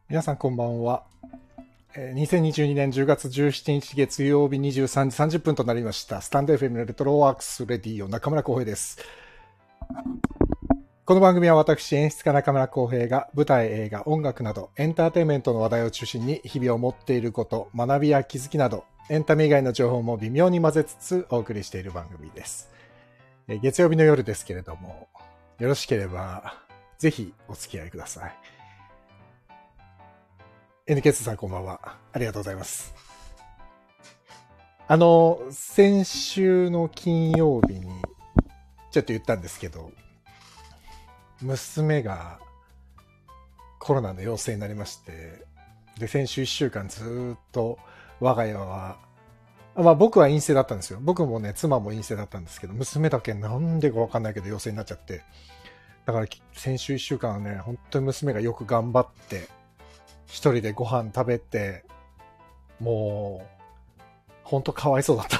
皆さんこんばんは。2022年10月17日月曜日23時30分となりました。スタンド FM のレトロワークスレディオ中村浩平です。この番組は私演出家中村浩平が舞台、映画、音楽などエンターテインメントの話題を中心に日々を持っていること、学びや気づきなどエンタメ以外の情報も微妙に混ぜつつお送りしている番組です。月曜日の夜ですけれども、よろしければぜひお付き合いください。NK2 さんこんばんは。ありがとうございます。先週の金曜日にちょっと言ったんですけど、娘がコロナの陽性になりまして、で、先週1週間ずっと我が家は、僕は陰性だったんですよ。僕もね、妻も陰性だったんですけど、娘だけなんでかわかんないけど陽性になっちゃって、だから先週1週間はね、本当に娘がよく頑張って、一人でご飯食べて、もう、ほんとかわいそうだった。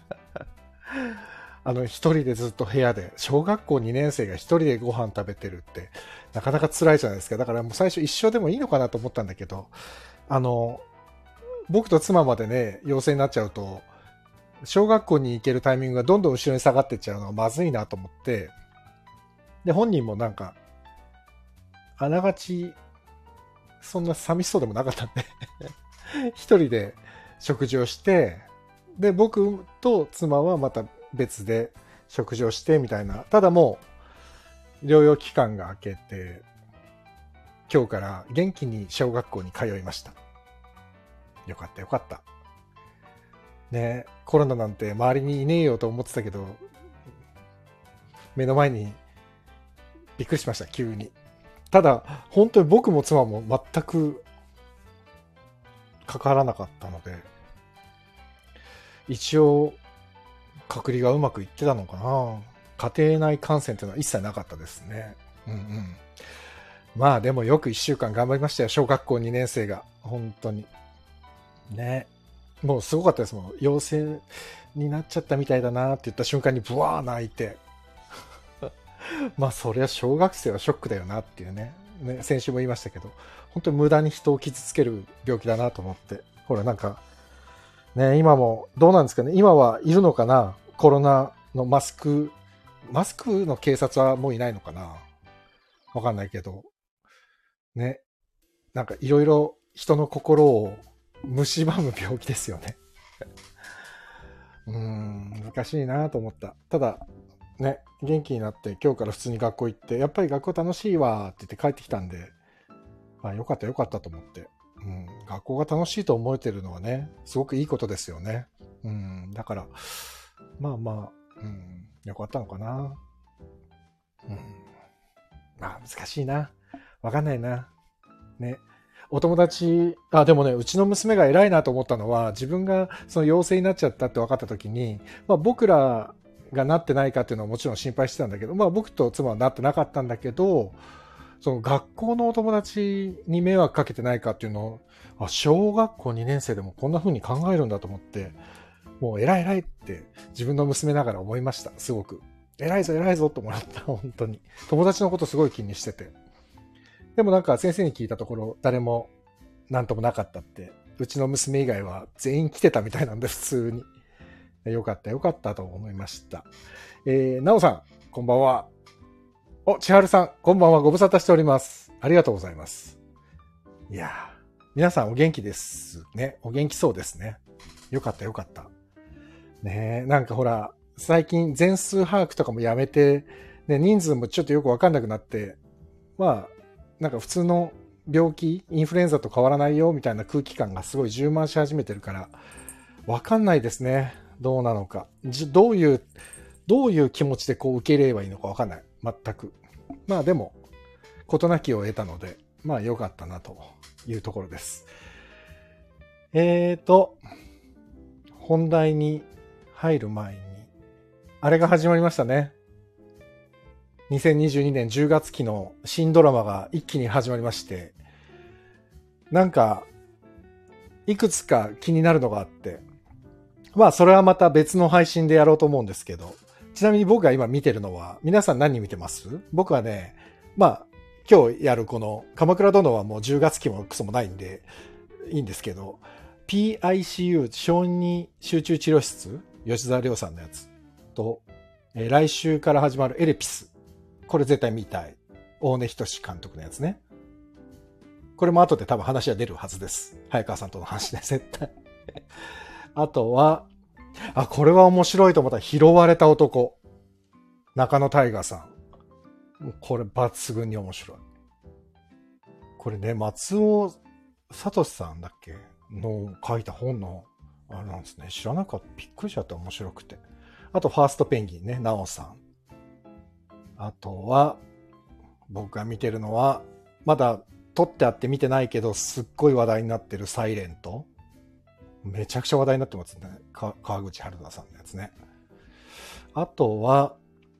一人でずっと部屋で、小学校2年生が一人でご飯食べてるって、なかなか辛いじゃないですか。だからもう最初一緒でもいいのかなと思ったんだけど、僕と妻までね、陽性になっちゃうと、小学校に行けるタイミングがどんどん後ろに下がってっちゃうのはまずいなと思って、で、本人もなんか、あながち、そんな寂しそうでもなかったんで一人で食事をして、で、僕と妻はまた別で食事をしてみたいな。ただもう、療養期間が明けて、今日から元気に小学校に通いました。よかったよかった。ね、コロナなんて周りにいねえよと思ってたけど、目の前にびっくりしました、急に。ただ、本当に僕も妻も全くかからなかったので、一応、隔離がうまくいってたのかな。家庭内感染というのは一切なかったですね。うんうん。まあでもよく一週間頑張りましたよ。小学校2年生が。本当に。ね。もうすごかったですもん。陽性になっちゃったみたいだなって言った瞬間にブワー泣いて。まあそりゃ小学生はショックだよなっていうね。先週も言いましたけど、本当に無駄に人を傷つける病気だなと思って。ほらなんか、ね、今もどうなんですかね。今はいるのかな。コロナのマスクの警察はもういないのかな。わかんないけど。ね。なんかいろいろ人の心を蝕む病気ですよね。難しいなと思った。ただ、ね、元気になって今日から普通に学校行って、やっぱり学校楽しいわって言って帰ってきたんで、よかったよかったと思って。学校が楽しいと思えてるのはね、すごくいいことですよね。だから、まあまあ、よかったのかな。まあ難しいな。わかんないな。ね。お友達、でもね、うちの娘が偉いなと思ったのは、自分がその陽性になっちゃったって分かった時に、僕らがなってないかっていうのはもちろん心配してたんだけど、僕と妻はなってなかったんだけど、その学校のお友達に迷惑かけてないかっていうのを、小学校2年生でもこんな風に考えるんだと思って、もう偉い偉いって自分の娘ながら思いました。すごく。偉いぞ偉いぞともらった。本当に。友達のことすごい気にしてて。でもなんか先生に聞いたところ、誰もなんともなかったって。うちの娘以外は全員来てたみたいなんで、普通に。よかったよかったと思いました。なおさん、こんばんは。千春さん、こんばんは。ご無沙汰しております。ありがとうございます。いやー、皆さんお元気ですね。お元気そうですね。よかったよかった。ねえ、なんかほら、最近全数把握とかもやめて、ね、人数もちょっとよくわかんなくなって、なんか普通の病気、インフルエンザと変わらないよみたいな空気感がすごい充満し始めてるから、わかんないですね。どうなのか。どういう気持ちでこう受け入れればいいのかわかんない。全く。まあでも、事なきを得たので、良かったなというところです。本題に入る前に、あれが始まりましたね。2022年10月期の新ドラマが一気に始まりまして、なんか、いくつか気になるのがあって、それはまた別の配信でやろうと思うんですけど、ちなみに僕が今見てるのは、皆さん何見てます？僕はね、 今日やるこの鎌倉殿はもう10月期もクソもないんでいいんですけど、PICU 小児集中治療室、吉沢亮さんのやつと、来週から始まるエレピス、これ絶対見たい。大根仁監督のやつね。これも後で多分話は出るはずです。早川さんとの話で絶対。あとは、これは面白いと思ったら拾われた男。中野大河さん。これ抜群に面白い。これね、松尾聡さんだっけの書いた本の、あれなんですね。知らなかった。びっくりしちゃった面白くて。あと、ファーストペンギンね、なおさん。あとは、僕が見てるのは、まだ撮ってあって見てないけど、すっごい話題になってるサイレント。めちゃくちゃ話題になってますね。川口春奈さんのやつね。あとは、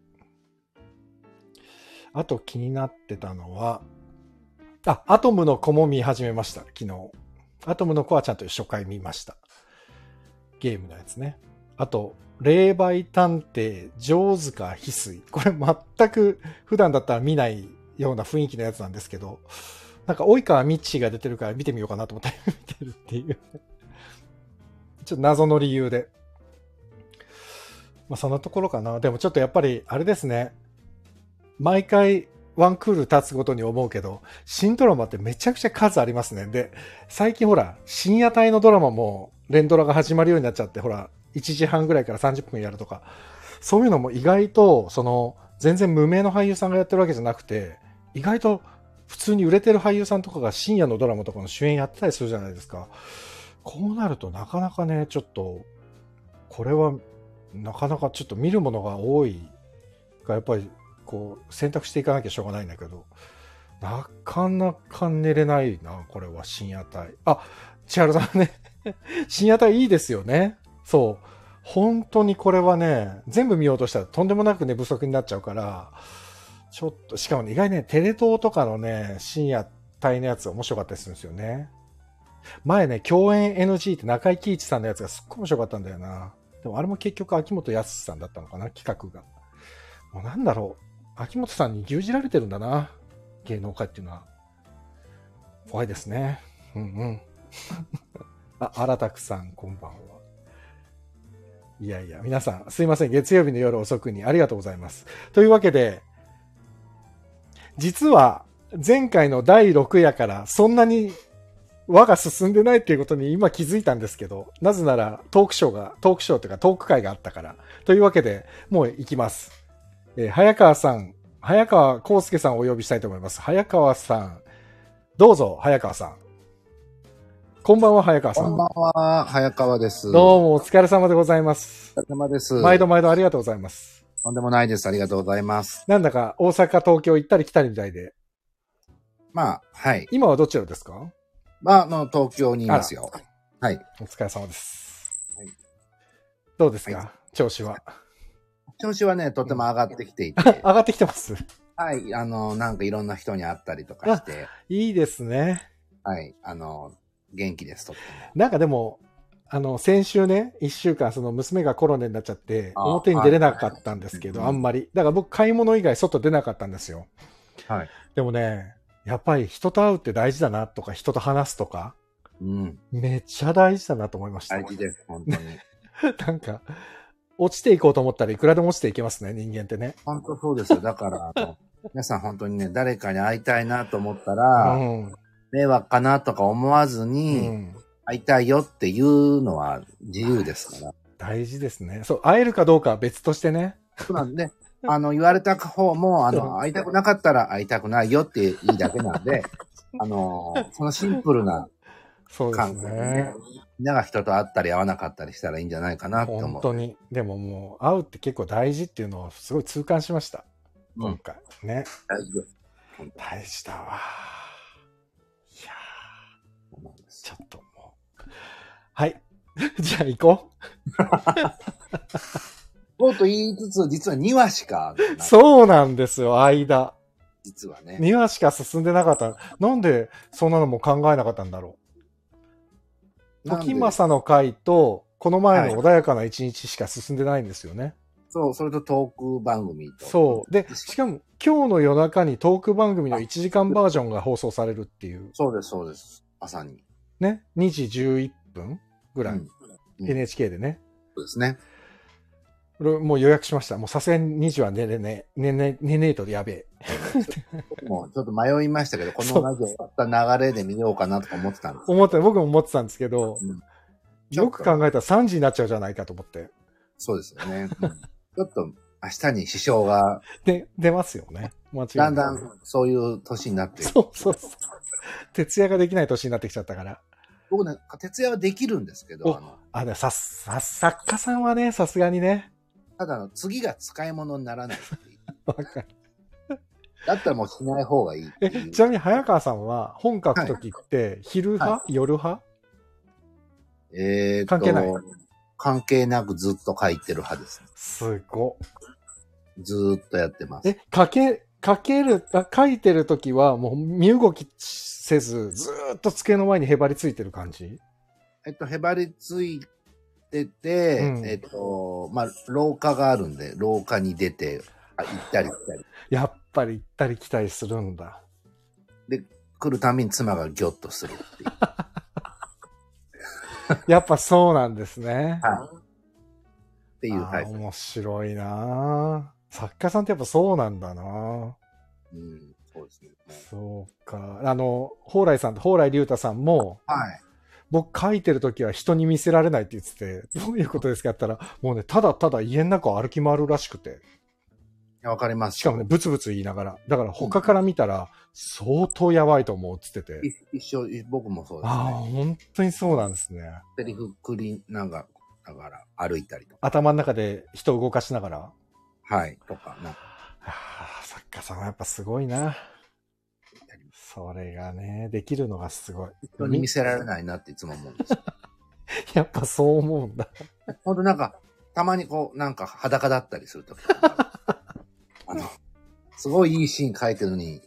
あと気になってたのは、アトムの子も見始めました、昨日。アトムの子はちゃんと初回見ました。ゲームのやつね。あと、霊媒探偵、城塚翡翠。これ全く普段だったら見ないような雰囲気のやつなんですけど、なんか及川みっちが出てるから見てみようかなと思って見てるっていう。ちょっと謎の理由で。まあそんなところかな。でもちょっとやっぱりあれですね。毎回ワンクール経つごとに思うけど、新ドラマってめちゃくちゃ数ありますね。で、最近ほら、深夜帯のドラマも連ドラが始まるようになっちゃって、ほら、1時半ぐらいから30分やるとか、そういうのも意外と、全然無名の俳優さんがやってるわけじゃなくて、意外と普通に売れてる俳優さんとかが深夜のドラマとかの主演やってたりするじゃないですか。こうなるとなかなかね、ちょっと、これは、なかなかちょっと見るものが多いが、やっぱり、こう、選択していかなきゃしょうがないんだけど、なかなか寝れないな、これは深夜帯。千春さんね。深夜帯いいですよね。そう。本当にこれはね、全部見ようとしたらとんでもなく寝不足になっちゃうから、ちょっと、しかもね、意外にね、テレ東とかのね、深夜帯のやつ面白かったりするんですよね。前ね、共演 NG って中井貴一さんのやつがすっごい面白かったんだよな。でもあれも結局秋元康さんだったのかな、企画が。もうなんだろう。秋元さんに牛耳られてるんだな。芸能界っていうのは。怖いですね。うんうん。荒拓さん、こんばんは。いやいや、皆さん、すいません。月曜日の夜遅くにありがとうございます。というわけで、実は前回の第6夜からそんなに輪が進んでないっていうことに今気づいたんですけど、なぜならトークショーというかトーク会があったから。というわけで、もう行きます。早川康介さんをお呼びしたいと思います。早川さん。どうぞ、早川さん。こんばんは、早川さん。 こんばんは、早川です。 どうも、お疲れ様でございます。 お疲れ様です。 毎度ありがとうございます。 とんでもないです。ありがとうございます。 なんだか、大阪、東京行ったり来たりみたいで。 まあ、はい。 今はどちらですか？ 東京にいますよ。はい。 お疲れ様です。 はい、 どうですか、 はい、 調子は。 調子はね、とても上がってきていて。 上がってきてます。 はい。なんかいろんな人に会ったりとかして。 いいですね。 はい。元気です、とっても。 なんかでも、先週ね、1週間、娘がコロナになっちゃって、表に出れなかったんですけど、あんまり。だから僕、買い物以外外出なかったんですよ。 はい。 でもね、やっぱり人と会うって大事だなとか、人と話すとか、めっちゃ大事だなと思いました。 大事です、本当に。 なんか、落ちていこうと思ったらいくらでも落ちていけますね、人間ってね。 本当そうですよ。だから、皆さん本当にね、誰かに会いたいなと思ったら、迷惑かなとか思わずに、会いたいよっていうのは自由ですから。 大事ですね。そう、会えるかどうかは別としてね。 そうなんで、言われた方も、会いたくなかったら会いたくないよっていいだけなんで、そのシンプルな感覚でね、みんなが人と会ったり会わなかったりしたらいいんじゃないかなって思う。 本当に。でももう、会うって結構大事っていうのをすごい痛感しました。今回。ね。 大事です。 大事だわ。いやー、ちょっともう。はい。じゃあ行こう。 そうと言いつつ、実は2話しか。 そうなんですよ、間。 実はね。 2話しか進んでなかった。なんでそんなのも考えなかったんだろう。時政の回と、この前の穏やかな一日しか進んでないんですよね。 そう、それとトーク番組と。 そう。で、しかも今日の夜中にトーク番組の1時間バージョンが放送されるっていう。 そうです、そうです。朝に。 ね。2時11分ぐらい。NHK でね。 そうですね。 もう予約しました。もうさすがに2時は寝ねえとやべえ。 もうちょっと迷いましたけど、このラジオ終わった流れで見ようかなとか思ってたんです。 僕も思ってたんですけど、よく考えたら3時になっちゃうじゃないかと思って。 そうですよね。ちょっと明日に支障が。 出ますよね。間違いない。 だんだんそういう年になってる。 そう。徹夜ができない年になってきちゃったから。 僕ね、徹夜はできるんですけど。 作家さんはね、さすがにね。 ただ次が使い物にならないっていう。 わかる。 だったらもうしない方がいいっていう。 ちなみに早川さんは本書くときって昼派、夜派？関係ない。 関係なくずっと書いてる派です、ね。 すご。 ずーっとやってます。 書いてるときはもう身動きせず、ずーっと机の前にへばりついてる感じ？ へばりついてて、まあ、廊下があるんで、廊下に出て、行ったり来たり。 やっぱり行ったり来たりするんだ。 で、来るたびに妻がギョッとするっていう。 やっぱそうなんですね。 はい。っていうタイプ。 面白いなぁ。作家さんってやっぱそうなんだなぁ。 そうですね。 そうか。蓬莱竜太さんも、 はい。 僕書いてるときは人に見せられないって言ってて、どういうことですかって言ったら、もうね、ただただ家の中を歩き回るらしくて。 いや、わかります。 しかもね、ブツブツ言いながら。だから他から見たら、相当やばいと思うって言ってて。 一緒、僕もそうですね。 本当にそうなんですね。 セリフクリながら歩いたりとか。 頭の中で人を動かしながら。 はい、とか作家さんはやっぱすごいな。それがね、できるのがすごい。 人に見せられないなっていつも思うんです。 やっぱそう思うんだ。 ほんとたまに裸だったりするときとか。すごいいいシーン書いてるのに、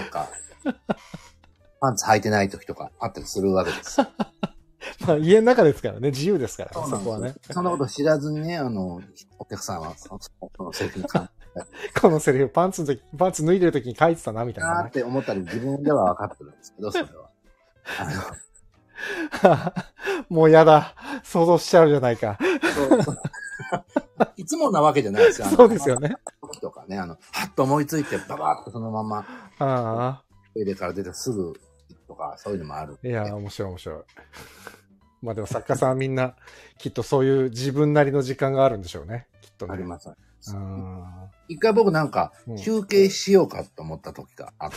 パンツ履いてない時とかあったりするわけです。 まあ家の中ですからね、自由ですから、そこはね。 そんなこと知らずにね、お客さんはこのセリフにこのセリフ、パンツ脱いでる時に書いてたな、みたいな、 ね。って思ったり自分では分かってるんですけど、それは。もうやだ。想像しちゃうじゃないか。 いつもなわけじゃないですよ。 そうですよね。 時とかね、はっと思いついて、ババッとそのまま、トイレから出てすぐとか、そういうのもある。 いや、面白い。まあでも作家さんはみんな、きっとそういう自分なりの時間があるんでしょうね。きっとね。 あります。一回僕休憩しようかと思った時があって。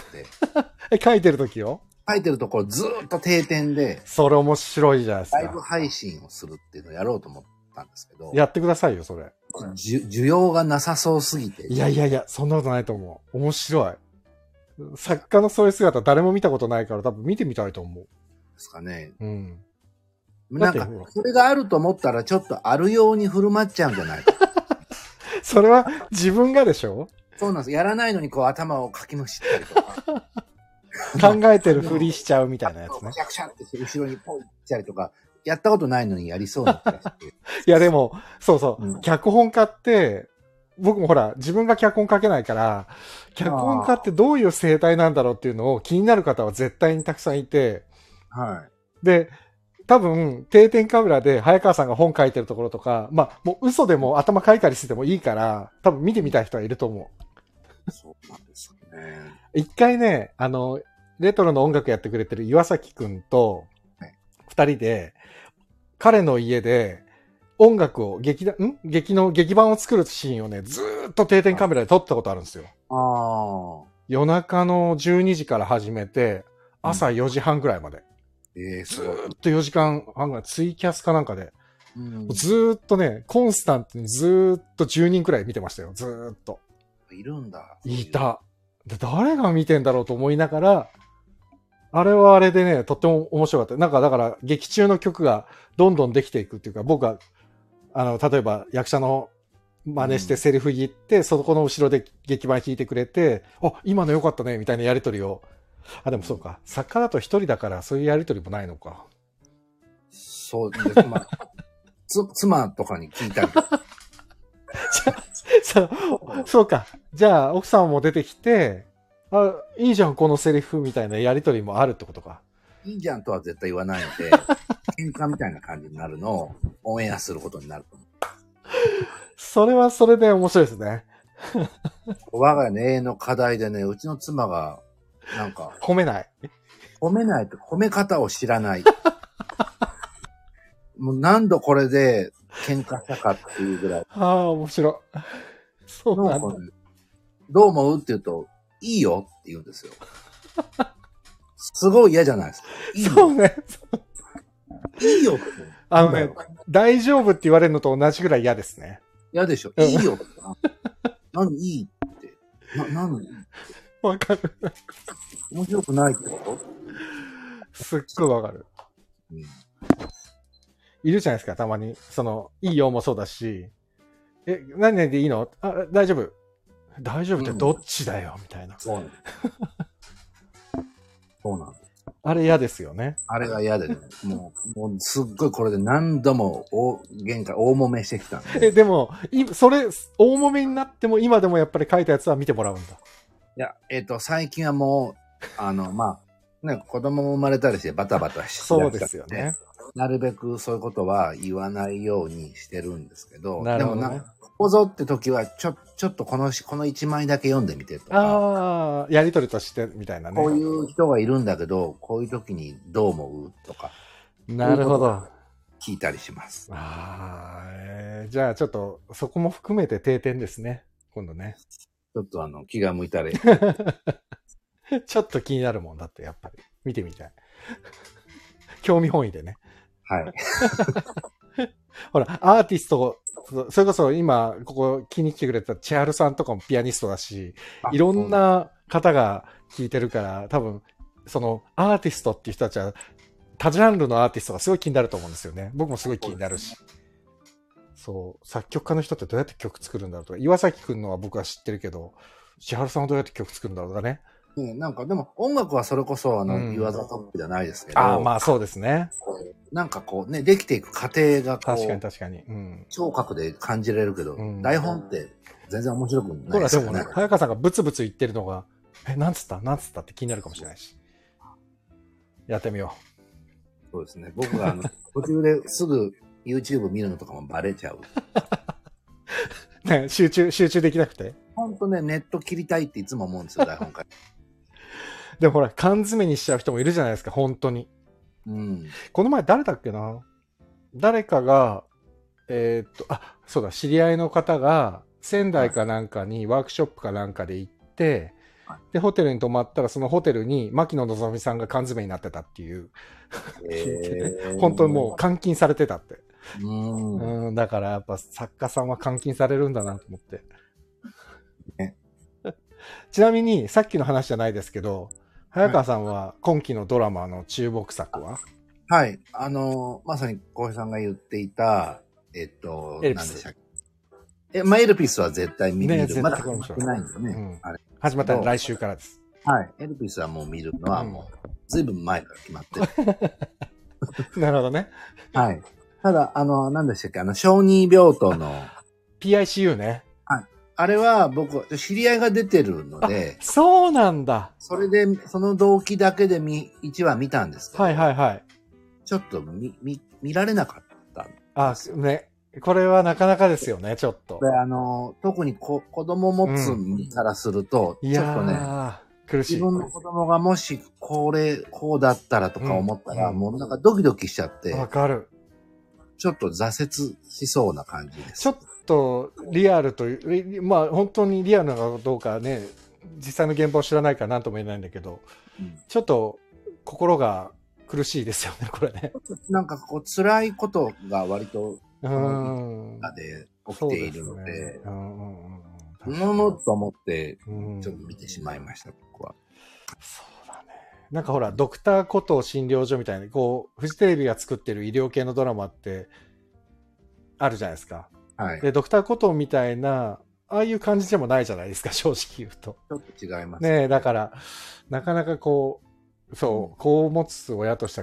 書いてる時を？ 書いてるところずーっと定点で。 それ面白いじゃないですか。 ライブ配信をするっていうのをやろうと思ったんですけど。 やってくださいよ、それ。 需要がなさそうすぎて。 いや、そんなことないと思う。面白い。作家のそういう姿誰も見たことないから多分見てみたいと思う。 ですかね。それがあると思ったらちょっとあるように振る舞っちゃうんじゃないか。 それは自分がでしょ？ そうなんです。やらないのに頭をかきむしったりとか。 考えてるふりしちゃうみたいなやつね。 シャクシャって後ろにポイったりとか、やったことないのにやりそうな気がして。 いやでも、そう、脚本家って、僕もほら、自分が脚本書けないから、脚本家ってどういう生態なんだろうっていうのを気になる方は絶対にたくさんいて、 はい。 で、多分、定点カメラで早川さんが本書いてるところとか、まあ、もう嘘でも頭書いたりしててもいいから、多分見てみたい人はいると思う。 そうなんですね。 一回ね、レトロの音楽やってくれてる岩崎くんと、二人で、彼の家で、音楽を劇版を作るシーンをね、ずーっと定点カメラで撮ったことあるんですよ。夜中の12時から始めて、朝4時半ぐらいまで。ずーっと4時間半ぐらい、ツイキャスかなんかで。ずーっとね、コンスタントにずーっと10人くらい見てましたよ。ずーっと。 いるんだ。 いた。で、誰が見てんだろうと思いながら、あれはあれでね、とっても面白かった。だから、劇中の曲がどんどんできていくっていうか、僕は、例えば役者の真似してセリフ言って、そこの後ろで劇版弾いてくれて、今の良かったね、みたいなやりとりを。でもそうか。作家だと一人だからそういうやりとりもないのか。 そうです。妻とかに聞いたり。 そうか。じゃあ、奥さんも出てきて、あ、いいじゃん、このセリフみたいなやりとりもあるってことか。 いいじゃんとは絶対言わないので、喧嘩みたいな感じになるのをオンエアすることになると思う。 それはそれで面白いですね。 我が家の永遠の課題でね、うちの妻が、なんか、 褒めない。 褒め方を知らない。もう何度これで喧嘩したかっていうぐらい。 ああ、面白い。そうなんだ。 どう思うって言うと、いいよって言うんですよ。すごい嫌じゃないですか。いいよ。 そうね。 いいよって。 大丈夫って言われるのと同じぐらい嫌ですね。 嫌でしょ。いいよって。何いいって。何わかる。 面白くないってこと？ すっごいわかる。 うん、 いるじゃないですか、たまに。いいよもそうだし、何々でいいの？あ、大丈夫。大丈夫ってどっちだよ、みたいな。 そうなんです。そうなんです。 あれ嫌ですよね。 あれが嫌でね。もうすっごいこれで何度も大揉めしてきたんで。 でも、大揉めになっても今でもやっぱり書いたやつは見てもらうんだ。 いや、最近はもう、まあ、ね、子供も生まれたりしてバタバタしてそうですよね。 なるべくそういうことは言わないようにしてるんですけど、 なるほどね、 でもここぞって時はちょっとこの一枚だけ読んでみてとか。 ああ、やりとりとしてみたいなね。 こういう人がいるんだけど、こういう時にどう思うとか。 なるほど。 聞いたりします。 ああ、じゃあちょっとそこも含めて定点ですね。今度ね。 ちょっと気が向いたり。 ちょっと気になるもんだってやっぱり。見てみたい。興味本位でね。 はい。 ほら、アーティスト、それこそ今、ここ気に来てくれた千春さんとかもピアニストだし、いろんな方が聴いてるから、多分、アーティストっていう人たちは、多ジャンルのアーティストがすごい気になると思うんですよね。僕もすごい気になるし。そう、作曲家の人ってどうやって曲作るんだろうとか、岩崎くんのは僕は知ってるけど、千春さんはどうやって曲作るんだろうとかね。 なんかでも音楽はそれこそ言わざとっじゃないですけど。 ああ、まあそうですね。 なんかこうね、できていく過程がこう。 確かに。うん。 聴覚で感じれるけど、台本って全然面白くないですよね。 ほら、でもね、早川さんがブツブツ言ってるのが、なんつったって気になるかもしれないし。やってみよう。そうですね。僕が途中ですぐ YouTube 見るのとかもバレちゃう。 ね、集中できなくて。 ほんとね、ネット切りたいっていつも思うんですよ、台本から。 でもほら、缶詰にしちゃう人もいるじゃないですか、本当に。 うん。 この前誰だっけな？誰かが、そうだ、知り合いの方が、仙台かなんかにワークショップかなんかで行って、はい、で、ホテルに泊まったら、そのホテルに牧野望さんが缶詰になってたっていう。本当にもう監禁されてたって。だからやっぱ作家さんは監禁されるんだなと思って。ちなみに、さっきの話じゃないですけど、早川さんは今期のドラマの注目作は？ はい。まさに浩平さんが言っていた、 何でしたっけ？エルピスは絶対見る。 ね、 まだ始まってないんですよね。 うん、あれ始まったら来週からです。 はい。エルピスはもう見るのはもう、ずいぶん前から決まってる。 なるほどね。 はい。ただ、何でしたっけ？小児病棟の。 PICU ね。 あれは僕、知り合いが出てるので。 そうなんだ。 それで、その動機だけで1話見たんですけど。 はい。 ちょっと見られなかったんですよ。 ね。これはなかなかですよね、ちょっと。 で、特に子供持つ身からすると、ちょっとね、 苦しい。 自分の子供がもしこうだったらとか思ったら、もうなんかドキドキしちゃって。 わかる。 ちょっと挫折しそうな感じです。 ちょっとリアルという、まあ本当にリアルなのかどうかね、実際の現場を知らないから何とも言えないんだけど、ちょっと心が苦しいですよね、これね。 なんかこう辛いことが割と、で起きているので、と思って、ちょっと見てしまいました、僕は。 そうだね。なんかほら、ドクターコトー診療所みたいな、こう、フジテレビが作ってる医療系のドラマってあるじゃないですか。 はい。 で、ドクターコトーみたいな、ああいう感じでもないじゃないですか、正直言うと。 ちょっと違いますね。だから、なかなかこう、子を持つ親としては結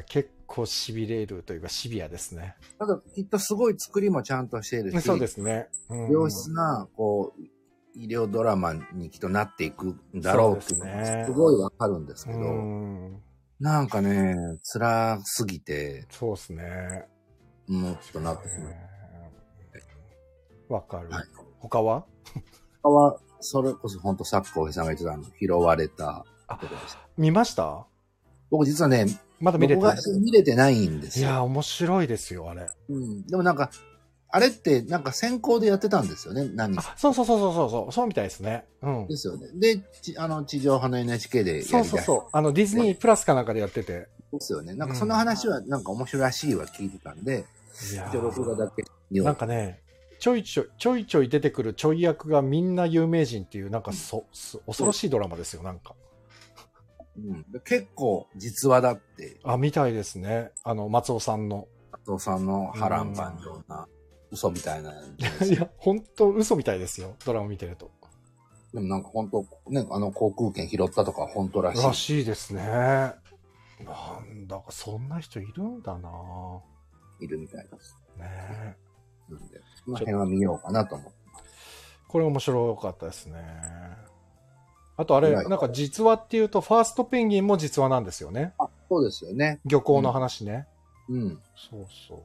構痺れるというかシビアですね。 ただ、きっとすごい作りもちゃんとしているし、 そうですね。 良質な、こう、医療ドラマにきっとなっていくんだろうっていうのがすごいわかるんですけど、なんかね、辛すぎて、 そうですね。 もっとなってしまう。わかる。はい、他は他は、それこそ本当さっきおじさんが言ってた拾われた。 見ました？ 僕実はね、 まだ見れてない。 見れてないんですよ。 いや、面白いですよ、あれ。 でもなんか、あれってなんか先行でやってたんですよね、何か。 そうみたいですね。 ですよね。で、地上波の NHK でやりだした。 ディズニープラスかなんかでやってて。 ですよね。なんかその話はなんか面白いらしいは聞いてたんで、録画だけなんかね、ちょいちょい出てくるちょい役がみんな有名人っていう、なんか恐ろしいドラマですよ、なんか。 結構実話だって。 みたいですね。松尾さんの波乱万丈な嘘みたいな。 いや、本当嘘みたいですよ、ドラマ見てると。 でもなんか本当ね、航空券拾ったとか本当らしい。 らしいですね。なんだかそんな人いるんだな。 いるみたいです。 ね。 なんで、その辺は見ようかなと思ってます。 これ面白かったですね。あとあれ、なんか実話っていうと、ファーストペンギンも実話なんですよね。 そうですよね。 漁港の話ね。 そうそう。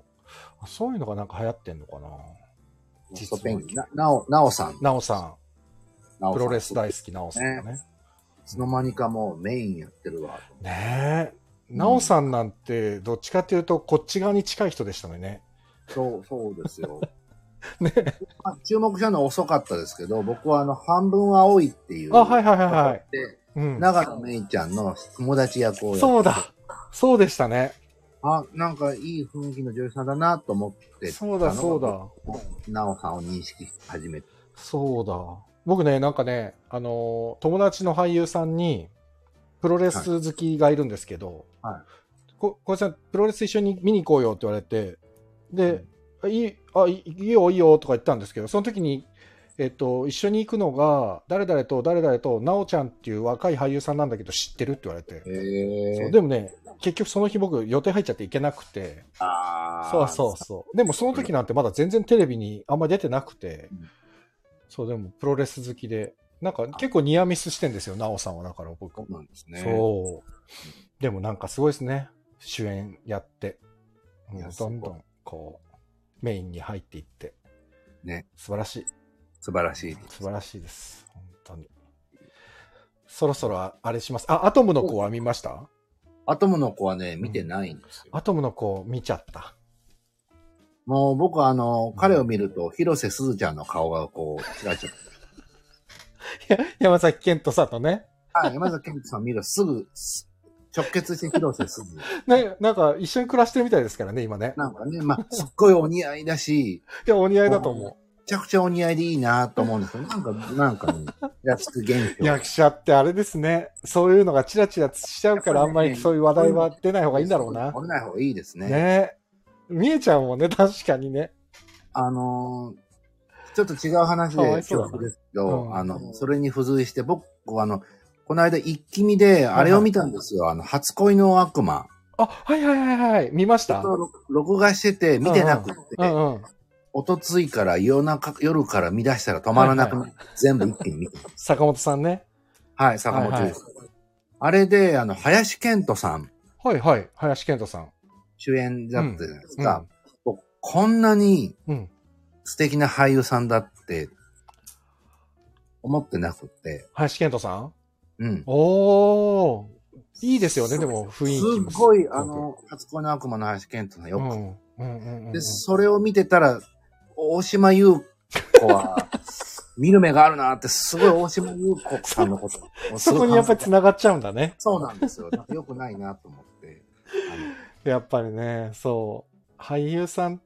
そういうのがなんか流行ってんのかな。 ファーストペンギン。なおさん。 プロレス大好きなおさんね。 いつの間にかもうメインやってるわ。 ねえ。なおさんなんて、どっちかっていうと、こっち側に近い人でしたね。 そうですよ。ね、注目したのは遅かったですけど、僕は半分青いっていう。 はい。 長野めいちゃんの友達役をやって。 そうだ。そうでしたね。 なんかいい雰囲気の女優さんだなと思ってそうだ。 なおさんを認識し始めて。 そうだ。僕ね、なんかね、友達の俳優さんに、プロレス好きがいるんですけど、小林さん、プロレス一緒に見に行こうよって言われて、で、いいよとか言ったんですけど、その時に、一緒に行くのが、誰々と、なおちゃんっていう若い俳優さんなんだけど知ってるって言われて。でもね、結局その日僕予定入っちゃって行けなくて。そう。でもその時なんてまだ全然テレビにあんまり出てなくて、でもプロレス好きで、なんか結構ニアミスしてんですよ、なおさんは。だから僕。 そうなんですね。 でもなんかすごいですね。主演やって。どんどんこう、メインに入っていって。 ね。 素晴らしい。 素晴らしいです。 本当に。そろそろあれします。アトムの子は見ました？ アトムの子はね、見てないんですよ。 アトムの子見ちゃった。 もう僕は彼を見ると、広瀬すずちゃんの顔がこう、ちらちら。 山崎賢人さんとね。 山崎賢人さん見るとすぐ、直結して広瀬すず。 ね、なんか一緒に暮らしてるみたいですからね、今ね。 なんかね、すっごいお似合いだし。 いや、お似合いだと思う。 めちゃくちゃお似合いでいいなと思うんですよ。なんかね、 役者ってあれですね。そういうのがチラチラしちゃうから、あんまりそういう話題は出ない方がいいんだろうな。 出ない方がいいですね。 ね。みえちゃんもね、確かにね。 ちょっと違う話で恐縮ですけど、それに付随して、僕、この間一気見で、あれを見たんですよ。初恋の悪魔。 はい。見ました？ 録画してて、見てなくて、おとついから夜から見出したら止まらなくなって、全部一気に見てます。 坂本さんね。 はい、坂本です。あれで、林遣都さん。 林遣都さん。 主演だったじゃないですか。こんなに素敵な俳優さんだって思ってなくて。 林遣都さん？おー。いいですよね、でも雰囲気も。 すごい、初恋の悪魔の林遣都さんよく。で、それを見てたら、大島優子は、見る目があるなって、すごい大島優子さんのことそこにやっぱり繋がっちゃうんだね。 そうなんですよ。なんか良くないなと思って。 やっぱりね、そう。俳優さんって、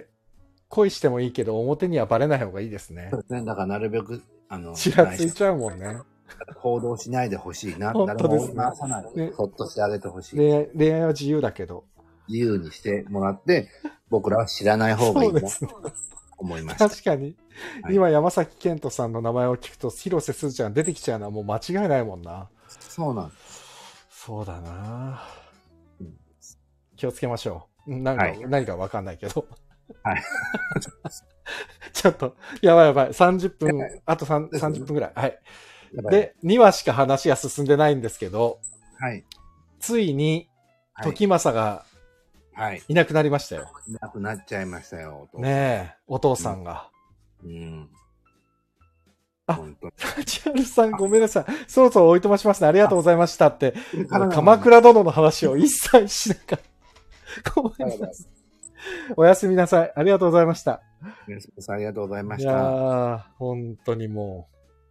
恋してもいいけど、表にはバレない方がいいですね。 そうですね。だからなるべく、 ちらついちゃうもんね。 行動しないでほしいな。 本当ですね。 誰も回さないで、そっとしてあげてほしい。 恋愛は自由だけど。 自由にしてもらって、僕らは知らない方がいいなと思いました。 確かに。今、山崎賢人さんの名前を聞くと、広瀬すずちゃん出てきちゃうのはもう間違いないもんな。 そうなんです。 そうだな。 気をつけましょう。なんか、何かわかんないけど。 はい。 ちょっと、やばいやばい。30分、あと30分ぐらい。はい。で、2話しか話が進んでないんですけど、 はい。 ついに、時政が、いなくなりましたよ。 いなくなっちゃいましたよ、 ねえ、お父さんが。あ、チャールさんごめんなさい。そろそろおいとましますね。ありがとうございましたって。鎌倉殿の話を一切しなかった。ごめんなさい。おやすみなさい。ありがとうございました。 おやすみなさい。ありがとうございました。 いやー、本当にも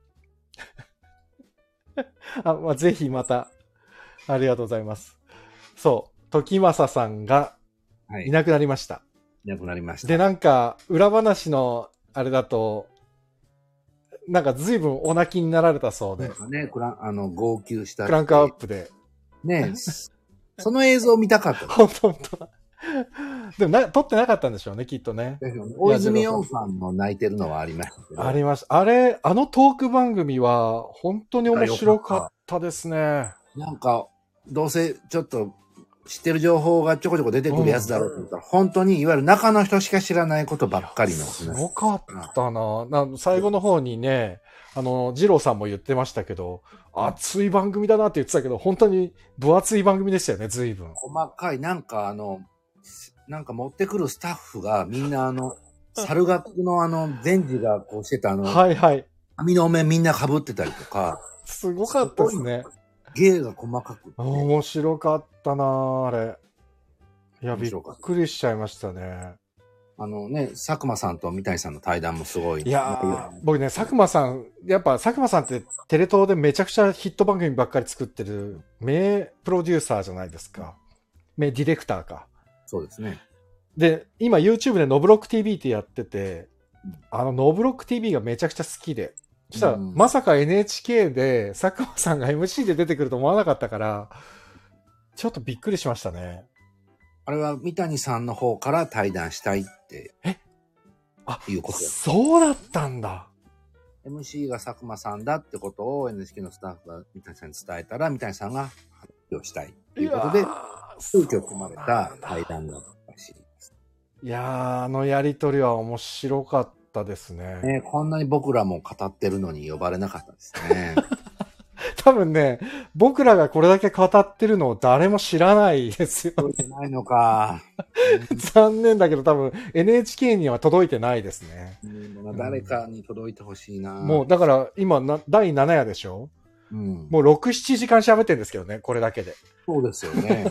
う。まあ、ぜひまた、ありがとうございます。そう、時政さんがいなくなりました。 いなくなりました。 で、なんか、裏話のあれだと、なんか随分お泣きになられたそうで。 ね、号泣した。 クランクアップで。 ねその映像を見たかった。 本当。でも撮ってなかったんでしょうね、きっとね。 大泉洋さんの泣いてるのはありましたけど。 ありました。あのトーク番組は本当に面白かったですね。 なんか、どうせちょっと知ってる情報がちょこちょこ出てくるやつだろうと思ったら、本当にいわゆる中の人しか知らないことばっかりの。 すごかったな。最後の方にね、二郎さんも言ってましたけど、熱い番組だなって言ってたけど、本当に分厚い番組でしたよね、随分。 細かい、なんか持ってくるスタッフがみんな猿楽の前治がこうしてたはいはい。 網のお面みんな被ってたりとか。 すごかったですね。 芸が細かく。 面白かったなあれ。いや、びっくりしちゃいましたね。 佐久間さんと三谷さんの対談もすごい。 いやー、僕ね、佐久間さんってテレ東でめちゃくちゃヒット番組ばっかり作ってる名プロデューサーじゃないですか。名ディレクターか。 そうですね。 で、今 YouTube でノブロック TV ってやってて、ノブロック TV がめちゃくちゃ好きで。そしたら、まさか NHK で佐久間さんが MC で出てくると思わなかったから、ちょっとびっくりしましたね。 あれは三谷さんの方から対談したいって。いうことそうだったんだ。 MC が佐久間さんだってことを NHK のスタッフが三谷さんに伝えたら、三谷さんが発表したいということで、急遽組まれた対談だったらしいです。 いやー、やりとりは面白かったですね。 こんなに僕らも語ってるのに呼ばれなかったですね。 多分ね、僕らがこれだけ語ってるのを誰も知らないですよ、ね。 届いてないのか。 残念だけど多分 NHK には届いてないですね。 誰かに届いてほしいな。 もうだから今第7夜でしょ、もう6、7時間喋ってるんですけどね、これだけで。 そうですよね。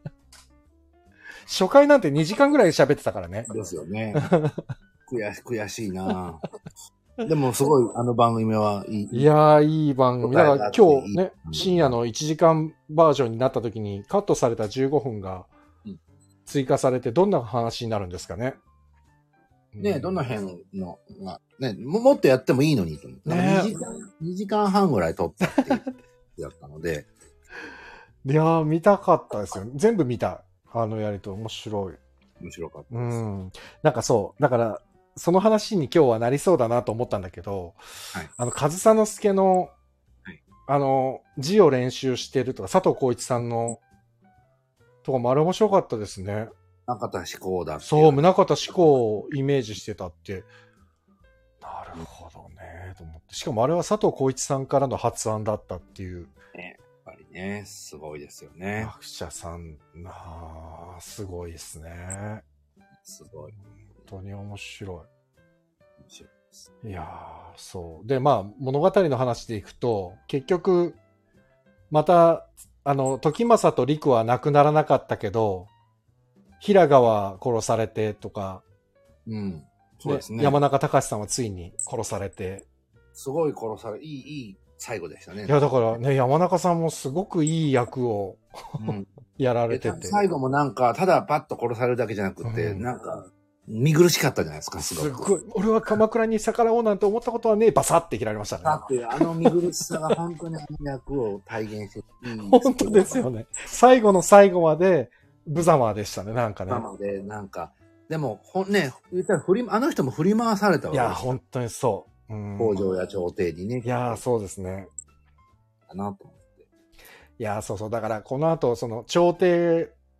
初回なんて2時間ぐらい喋ってたからね。 ですよね。悔しいな。でもすごい番組はいい。 いやー、いい番組。だから今日ね、深夜の1時間バージョンになった時にカットされた15分が追加されてどんな話になるんですかね。 ね、どの辺のが、ね、もっとやってもいいのにと思って。ね、2時間半ぐらい撮ったってやったので。 いやー、見たかったですよ。全部見た。やりと面白い。 面白かったです。 なんかそう。だから、その話に今日はなりそうだなと思ったんだけど、上総之助の、字を練習してるとか、佐藤浩市さんの、とかもあれ面白かったですね。 宗像志功だ。 そう、宗像志功をイメージしてたって。なるほどね、と思って。しかもあれは佐藤浩市さんからの発案だったっていう。 やっぱりね、すごいですよね。 役者さん、すごいですね。 すごい。 本当に面白い。面白いです。いやー、そう。で、まあ、物語の話でいくと、結局、また、時政と陸は亡くならなかったけど、平賀は殺されてとか、 そうですね。 山中隆さんはついに殺されて。 すごい殺され、いい最後でしたね。 いや、だからね、山中さんもすごくいい役を、やられてて。 最後もなんか、ただパッと殺されるだけじゃなくて、なんか、見苦しかったじゃないですか、 すごい。俺は鎌倉に逆らおうなんて思ったことはねえ、バサって切られましたね。 だって、見苦しさが本当に役を体現して本当ですよね。最後の最後まで、無様でしたね、なんかね。 無様で、なんか、でも、ね、言ったらあの人も振り回されたわけです。 いや、本当にそう。 北条や朝廷にね。 いや、そうですね。 かなと思って。 いや、そうそう。だから、この後、その、朝廷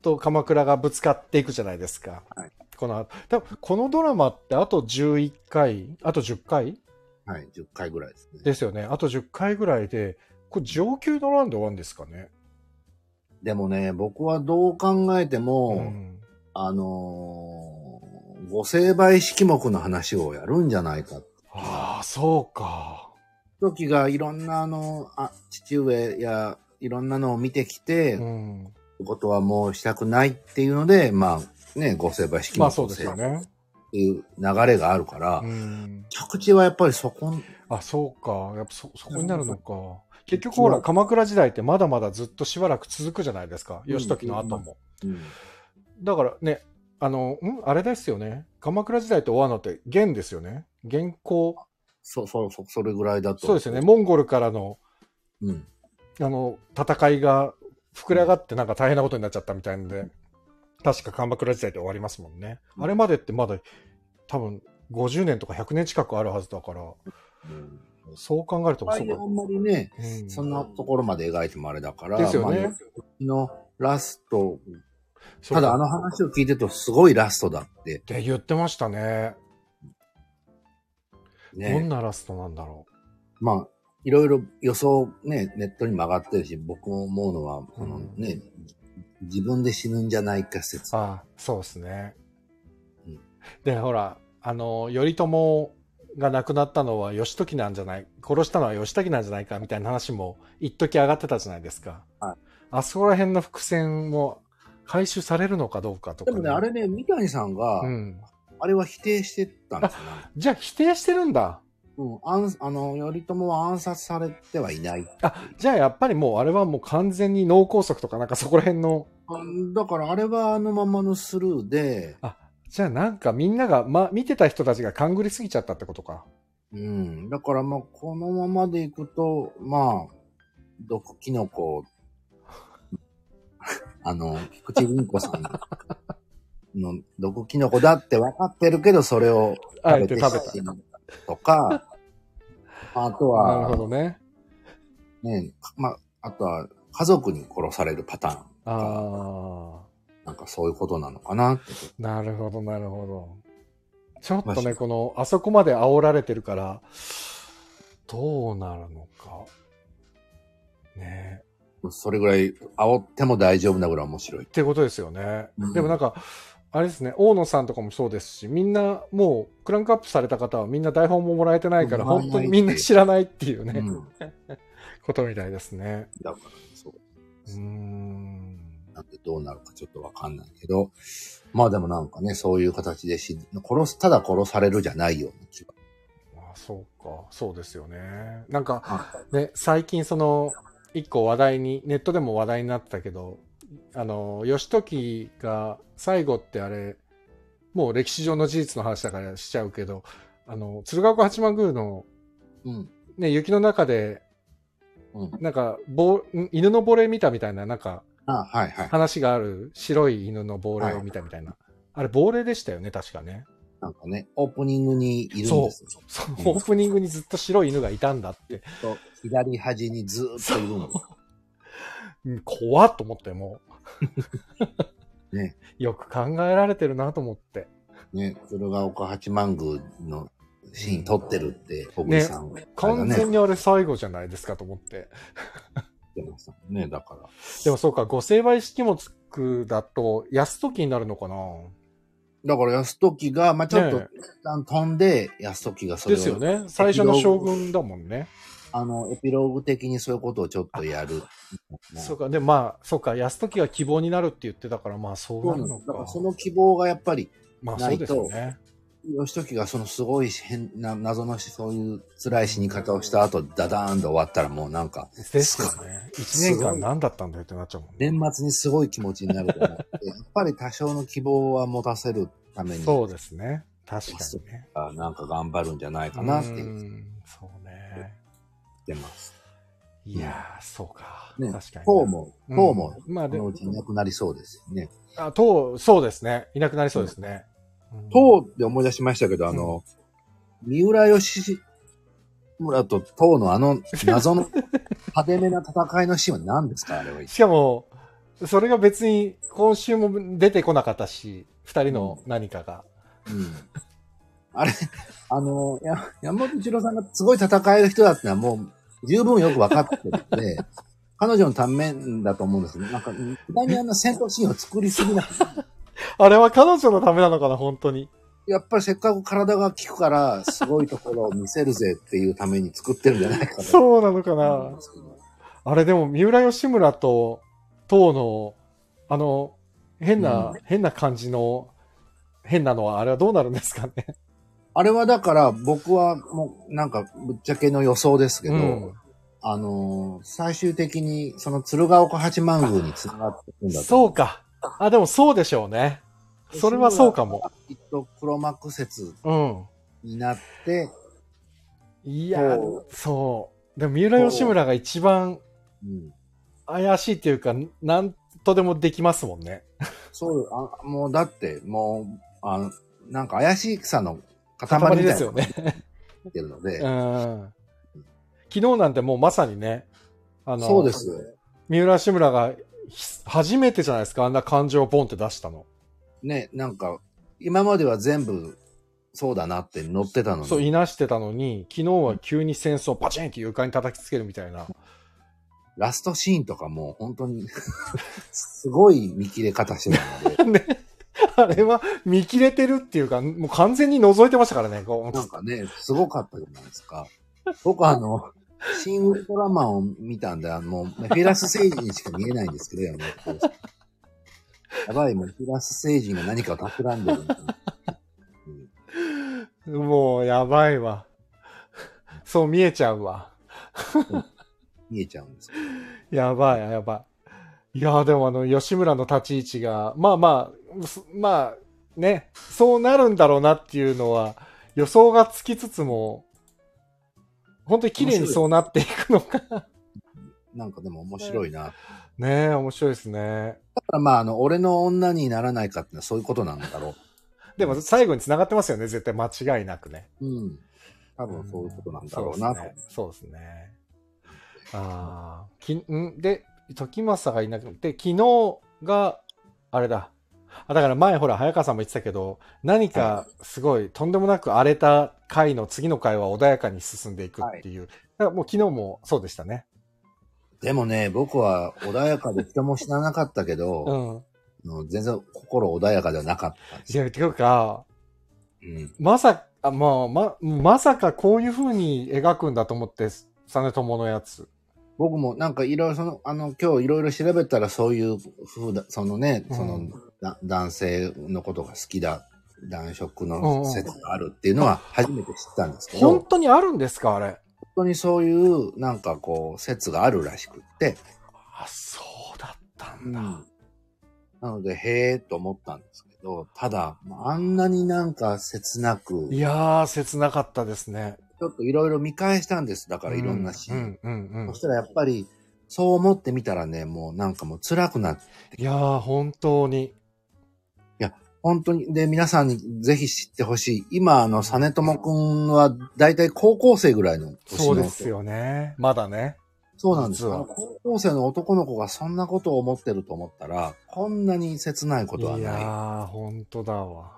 と鎌倉がぶつかっていくじゃないですか。 はい、 このドラマってあと11回、あと10回はい、10回ぐらいですね。 ですよね。あと10回ぐらいで、これ上級のランで終わるんですかね。 でもね、僕はどう考えても、 うん、 御成敗式目の話をやるんじゃないか。 ああ、そうか。 時がいろんな父上やいろんなのを見てきて、 うん、 ことはもうしたくないっていうので、まあね、御成敗式目まあそうですよね。 っていう流れがあるから、 うん、 着地はやっぱりそこ。 あ、そうか。やっぱそこになるのか。結局ほら、鎌倉時代ってまだまだずっとしばらく続くじゃないですか。義時の後も。だからね、あれですよね。鎌倉時代と終わるのって元ですよね。元寇。 それぐらいだと。 そうですよね。モンゴルからの、戦いが膨れ上がってなんか大変なことになっちゃったみたいので、確か鎌倉時代で終わりますもんね。あれまでってまだ多分50年とか100年近くあるはずだから、そう考えるとそうか。あんまりね、そんなところまで描いてもあれだから。 ですよね。 のラスト、ただ話を聞いてるとすごいラストだって。 って言ってましたね。どんなラストなんだろう。まあ、いろいろ予想ね、ネットにも上がってるし、僕も思うのは、自分で死ぬんじゃないか説。 ああ、そうですね。で、ほら、頼朝が亡くなったのは義時なんじゃない、殺したのは義時なんじゃないかみたいな話も一時上がってたじゃないですか。 はい。 あそこら辺の伏線も回収されるのかどうかとか、 でもね、あれね、三谷さんが、あれは否定してたんですよね。 じゃあ否定してるんだ。 頼朝は暗殺されてはいない。 じゃあやっぱりもうあれはもう完全に脳梗塞とかなんかそこら辺の。 だからあれはあのままのスルーで。 じゃあなんかみんなが、見てた人たちが勘ぐりすぎちゃったってことか。 だからまあこのままでいくと、まあ、毒キノコ、菊池凛子さんの毒キノコだって分かってるけど、それを食べてたとか、あとは、 なるほどね。 あとは家族に殺されるパターンとか。なんかそういうことなのかなって。 なるほど、なるほど。ちょっとね、あそこまで煽られてるから、どうなるのか。ねえ。それぐらい煽っても大丈夫なぐらい面白い。 ってことですよね。でもなんか、あれですね、大野さんとかもそうですし、みんなもうクランクアップされた方はみんな台本ももらえてないから、本当にみんな知らないっていうね、ことみたいですね。 だからそう。なんでどうなるかちょっとわかんないけど、まあでもなんかね、そういう形でただ殺されるじゃないような気が。 そうか、そうですよね。なんか、ね、最近一個ネットでも話題になってたけど、義時が最後ってあれ、もう歴史上の事実の話だからしちゃうけど、鶴岡八幡宮の、ね、雪の中で、なんか、犬の亡霊見たみたいな、なんか、話がある白い犬の亡霊を見たみたいな。あれ、亡霊でしたよね、確かね。 なんかね、オープニングにいるんですよ。 そう、オープニングにずっと白い犬がいたんだって。 左端にずっといるの。 怖っと思って、もう。ね。 よく考えられてるなと思って。 ね、鶴岡八幡宮のシーン撮ってるって、小栗さん、 ね。完全にあれ最後じゃないですかと思って。 ね、だから。 でもそうか、御成敗式目だと、泰時になるのかな。 だから泰時が、まあちょっと、一旦飛んで、泰時がそれを。 ですよね。最初の将軍だもんね。 エピローグ的にそういうことをちょっとやる。 そうか、で、まあ、そうか、泰時が希望になるって言ってたから、まあそうなるのか。 だからその希望がやっぱり、 まあそうですよね。 義時がそのすごい変な謎のそういう辛い死に方をした後、ダダーンと終わったらもうなんか。 ですよね。1年間何だったんだよってなっちゃうもんね。 年末にすごい気持ちになると思って、やっぱり多少の希望は持たせるために。 そうですね。確かにね。 なんか頑張るんじゃないかなっていう。 そうね。 出ます。 いやー、そうか。 ね、 確かに。 党も、まあ、このうちいなくなりそうですよね。 そうですね。いなくなりそうですね。 党って思い出しましたけど、三浦義村と党の謎の派手めな戦いのシーンは何ですかあれは。 しかも、 それが別に今週も出てこなかったし、二人の何かが。 あれ、山本一郎さんがすごい戦える人だってのはもう十分よく分かってるんで、彼女のためだと思うんですね。なんか、無駄に戦闘シーンを作りすぎない。 あれは彼女のためなのかな、本当に。 やっぱりせっかく体が効くから、すごいところを見せるぜっていうために作ってるんじゃないかな。 そうなのかな。あれでも、三浦義村と、当の、変な感じの、変なのは、あれはどうなるんですかね。 あれはだから、僕はもう、なんか、ぶっちゃけの予想ですけど、最終的に、その鶴岡八幡宮に繋がっていくんだと。 そうか。でもそうでしょうね。それはそうかも。 きっと黒幕説になって、 いや、そう。でも三浦義村が一番怪しいっていうか、なんとでもできますもんね。 そう、もうだって、もう、なんか怪しさの塊ですよね。 ってるので。 昨日なんてもうまさにね、 そうですよ。 三浦義村が初めてじゃないですか、あんな感情をポンって出したの。 ね、なんか、今までは全部、そうだなって乗ってたのに。 そう、いなしてたのに、昨日は急に戦争パチンって床に叩きつけるみたいな。 ラストシーンとかも本当に、すごい見切れ方してたので。 ね。あれは見切れてるっていうか、もう完全に覗いてましたからね。 なんかね、すごかったじゃないですか。僕シン・ウルトラマンを見たんで、もう、フェラス星人にしか見えないんですけど、やばい、もうフェラス星人が何かを企んでるんだ、 もう、やばいわ。そう見えちゃうわ。 見えちゃうんです。 やばい、やばい。いや、でも吉村の立ち位置が、まあ、ね、そうなるんだろうなっていうのは、予想がつきつつも、本当に綺麗にそうなっていくのか。 なんかでも面白いな。 ねえ、面白いですね。 だから俺の女にならないかってのはそういうことなんだろう。 でも最後に繋がってますよね、絶対間違いなくね。 多分そういうことなんだろうなと。 そうですね。で、時政がいなくて、昨日が、あれだ。だから前ほら、早川さんも言ってたけど、何かすごいとんでもなく荒れた回の次の回は穏やかに進んでいくっていう。だからもう昨日もそうでしたね。 でもね、僕は穏やかで人も知らなかったけど、全然心穏やかではなかったんですよ。 いや、ていうか、まさかこういう風に描くんだと思って、実朝のやつ。 僕もなんかいろいろ今日いろいろ調べたらそういう風だ、男性のことが好きだ、男色の説があるっていうのは初めて知ったんですけど。 本当にあるんですか、あれ。 本当にそういうなんかこう説があるらしくって。 そうだったんだ。 なので、へーと思ったんですけど、ただ、あんなになんか切なく。 いやー、切なかったですね。 ちょっといろいろ見返したんです。だからいろんなシーン。そしたらやっぱり、そう思ってみたらね、もうなんかもう辛くなって。 いやー、本当に。 いや、本当に。で、皆さんにぜひ知ってほしい。今、実朝くんはだいたい高校生ぐらいの年の。 そうですよね。まだね。 そうなんです。高校生の男の子がそんなことを思ってると思ったら、こんなに切ないことはない。 いやー、本当だわ。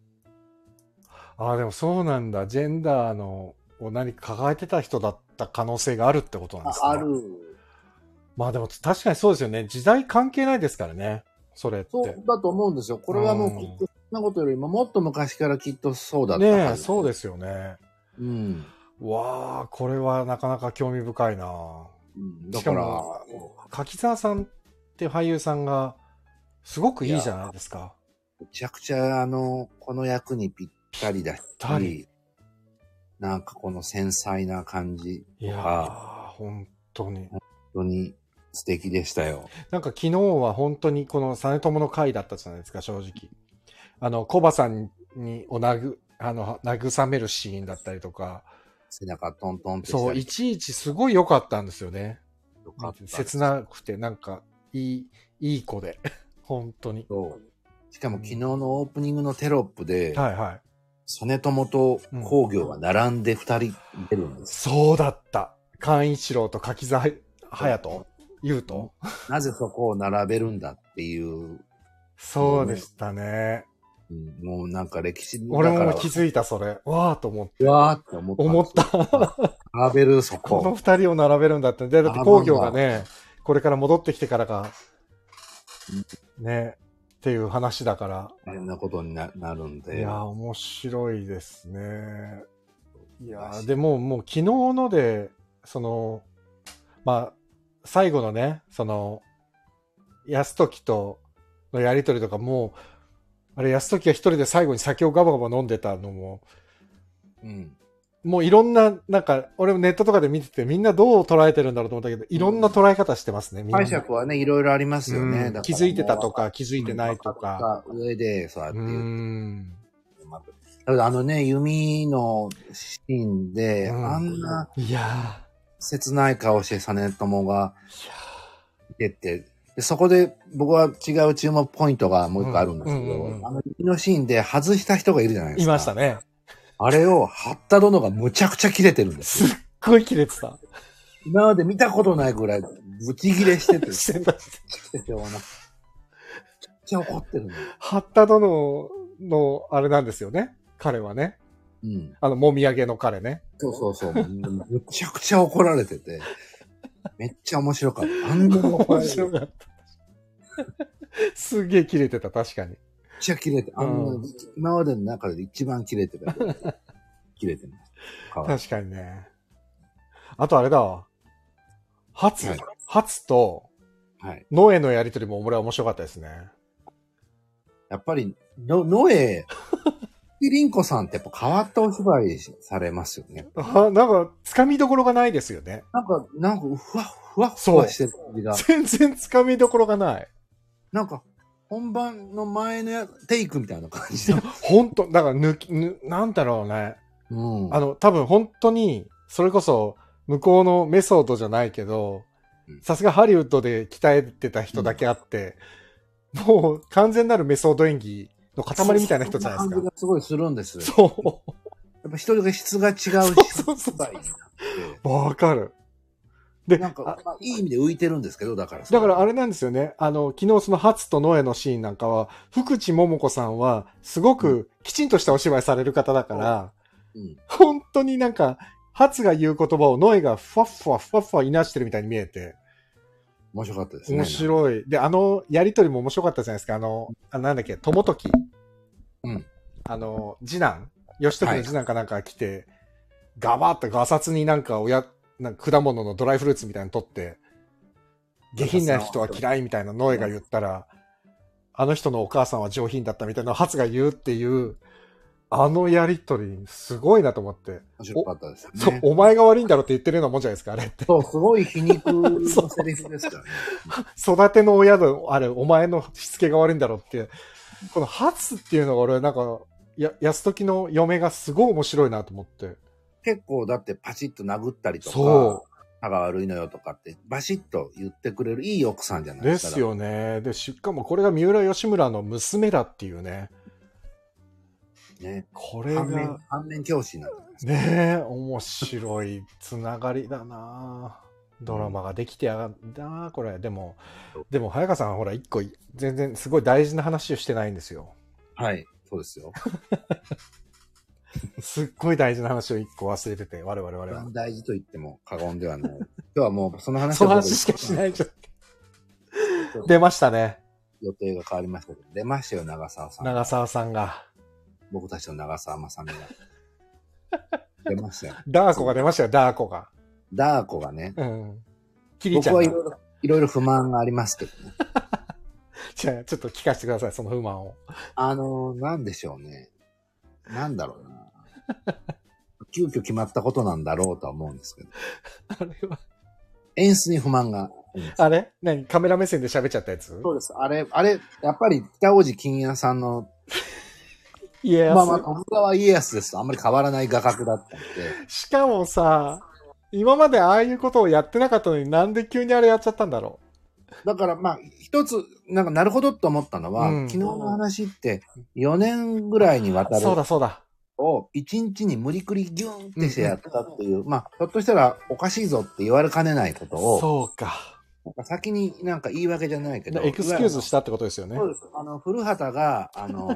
でもそうなんだ。ジェンダーのを何か抱えてた人だった可能性があるってことなんですね。 ある。 まあでも確かにそうですよね。時代関係ないですからね。それって。 そうだと思うんですよ。これはもうきっとそんなことよりももっと昔からきっとそうだったはず。 ねえ、そうですよね。わあ、これはなかなか興味深いな。 だから、 柿澤さんっていう俳優さんがすごくいいじゃないですか。 めちゃくちゃこの役にぴったりだし、なんかこの繊細な感じとか。いやー、本当に素敵でしたよ。 なんか昨日は本当にこの実朝の回だったじゃないですか、正直。コバさんに慰めるシーンだったりとか。 背中トントンってそう、いちいちすごい良かったんですよね。 よかった。 切なくて、なんか、いい子で。本当に。 そう。しかも昨日のオープニングのテロップで、実朝と公暁が並んで二人出るんです。 そうだった。寛一郎と柿澤隼人。 言うと。 なぜそこを並べるんだっていう。 そうでしたね。 もうなんか歴史だから。俺も気づいた、それ。わーと思って。 わーって思った。並べる、そこ。 この二人を並べるんだって。で、だって工業がね、これから戻ってきてからが、ね、っていう話だから。 大変なことになるんで。 いや、面白いですね。いや、でもう昨日ので、まあ、最後のね、安時とのやりとりとかも、あれ、安時が一人で最後に酒をガバガバ飲んでたのも、もういろんな、なんか、俺もネットとかで見てて、みんなどう捉えてるんだろうと思ったけど、いろんな捉え方してますね、みんな。 解釈はね、いろいろありますよね。 気づいてたとか、気づいてないとか。 上で、そうやって言って。弓のシーンで、あんな、切ない顔して実朝が出て、でそこで僕は違う注目ポイントがもう一個あるんですけど、弓のシーンで外した人がいるじゃないですか。 いましたね。 あれを八田殿がむちゃくちゃ切れてるんですよ。すっごい切れてた。 今まで見たことないぐらいブチ切れしてて。してた。めちゃくちゃ怒ってるの。 八田殿のあれなんですよね。彼はね。もみあげの彼ね。 そう。むちゃくちゃ怒られてて。めっちゃ面白かった。あんなに怒られてて。面白かった。 すげえ切れてた、確かに。 めっちゃ切れて、今までの中で一番切れてた。切れてます。確かにね。あとあれだわ。初と、ノエのやりとりも俺は面白かったですね。 やっぱり、ノエ、リンコさんってやっぱ変わったお芝居されますよね。 なんか、つかみどころがないですよね。 なんか、ふわしてる感じが。 全然つかみどころがない。 なんか、本番の前のテイクみたいな感じだ。 ほんと、だからなんだろうね。多分本当に、それこそ、向こうのメソッドじゃないけど、さすがハリウッドで鍛えてた人だけあって、もう完全なるメソッド演技の塊みたいな人じゃないですか。 感じがすごいするんです。 そう。 やっぱ一人が質が違うし。 わかる。 で、なんか、いい意味で浮いてるんですけど、だからあれなんですよね。昨日そのハツとノエのシーンなんかは、福地桃子さんは、すごくきちんとしたお芝居される方だから、本当になんか、ハツが言う言葉をノエがふわっふわいなしてるみたいに見えて。 面白かったですね。 面白い。で、やりとりも面白かったじゃないですか。なんだっけ、友時。次男義時の次男かなんか来て、ガバッとガサツになんか果物のドライフルーツみたいなの取って、下品な人は嫌いみたいなノエが言ったら、あの人のお母さんは上品だったみたいなハツが言うっていう、やりとり、すごいなと思って。 面白かったですね。 そう、お前が悪いんだろって言ってるようなもんじゃないですか、あれって。 そう、すごい皮肉のセリフですからね。 育ての親の、お前のしつけが悪いんだろって、このハツっていうのが俺なんか、安時の嫁がすごい面白いなと思って。 結構だってパチッと殴ったりとか、歯が悪いのよとかってバシッと言ってくれるいい奥さんじゃないですか。 ですよね。で、しかもこれが三浦義村の娘だっていうね。 ね。 これが。 反面教師なんですね。面白いつながりだなドラマができてやがったなこれ。でも、早川さんほら一個、全然すごい大事な話をしてないんですよ。 はい、そうですよ。 すっごい大事な話を一個忘れてて、我々は。 大事と言っても過言ではない。今日はもうその話しかしないじゃん。出ましたね。 予定が変わりましたけど、出ましたよ、長澤さん。 長澤さんが。 僕たちの長澤まさみが。出ましたよ。 ダーコが出ましたよ、ダーコが。 ダーコがね。 キリちゃんが。 僕はいろいろ不満がありますけどね。 じゃあ、ちょっと聞かせてください、その不満を。 なんでしょうね。なんだろうな。急遽決まったことなんだろうとは思うんですけど。 あれは演出に不満が。 あれ何カメラ目線で喋っちゃったやつ？ そうです。あれ、やっぱり北大路欣也さんの、 家康。 徳川家康ですとあんまり変わらない画角だったんで。 しかもさ、今までああいうことをやってなかったのになんで急にあれやっちゃったんだろう。だから一つ、なるほどと思ったのは、昨日の話って4年ぐらいにわたる。 そうだ。 を1日に無理くりギュンってしてやったっていう、ひょっとしたらおかしいぞって言われかねないことを。 そうか。 なんか先になんか言い訳じゃないけど。 エクスキューズしたってことですよね。 そうです。古畑が、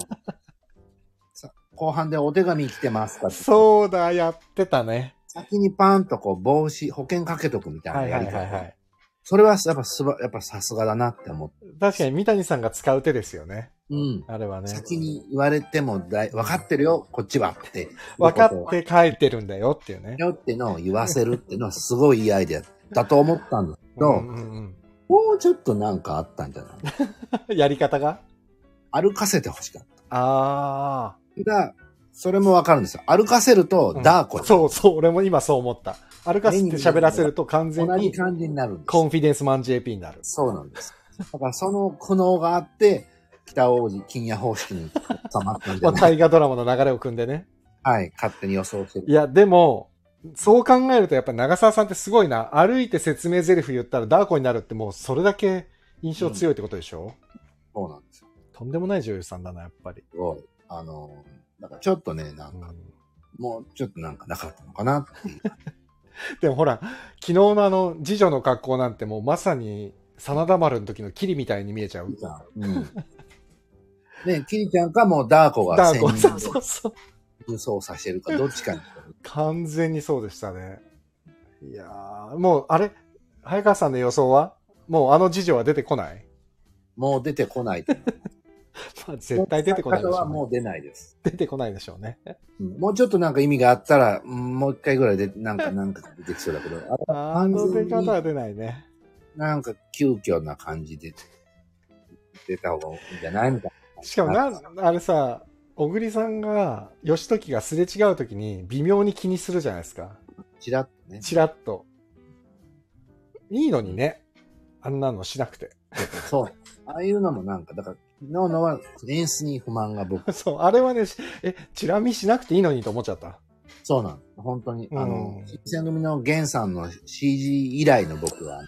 後半でお手紙来てますかって。 そうだ、やってたね。 先にパンとこう保険かけとくみたいなやり方。 はいはいはいはい。 それはやっぱさすがだなって思って。 確かに三谷さんが使う手ですよね。 うん。 あれはね。 先に言われても分かってるよ、こっちはって。 分かって書いてるんだよっていうね。 よってのを言わせるっていうのはすごいいいアイデアだと思ったんだけど、もうちょっとなんかあったんじゃないやり方が歩かせてほしかった。 ああ。それもわかるんですよ。歩かせるとダーコ、 そうそう、俺も今そう思った。歩かせて喋らせると完全に同じ感じになるんです。 コンフィデンスマン JP になる。 そうなんです。だからその苦悩があって、北王子、金夜方式に収まったんじゃない大河ドラマの流れを組んでね。 はい、勝手に予想してる。 いや、でも、そう考えるとやっぱり長澤さんってすごいな。歩いて説明台詞言ったらダーコになるってもうそれだけ印象強いってことでしょ、 そうなんですよ。 とんでもない女優さんだな、やっぱり。 すごい。だからちょっとね、なんか、もうちょっとなんかなかったのかなっていう。 でもほら、昨日の次女の格好なんてもうまさに真田丸の時のキリみたいに見えちゃう。 うん。ね、キリちゃんかもうダーコがダーコ、そうそう。 武装させるかどっちかに。 完全にそうでしたね。いやー、もう、あれ早川さんの予想はもうあの次女は出てこない？ もう出てこない。 まあ絶対出てこないでしょうね。 はもう出ないです。 出てこないでしょうね。 もうちょっとなんか意味があったら、もう一回ぐらいで、なんか出てきそうだけど。 あの出方は出ないね。 なんか急遽な感じで出た方がいいんじゃないみたいな。 しかもあれさ、小栗さんが、義時がすれ違うときに微妙に気にするじゃないですか。 チラッとね。 チラッと。いいのにね。あんなのしなくて。 そう。ああいうのもなんか、だから、昨日のは演出に不満が僕。 そう、あれはね、チラ見しなくていいのにと思っちゃった。 そうなの。本当に。新選組の源さんの CG 以来の僕は、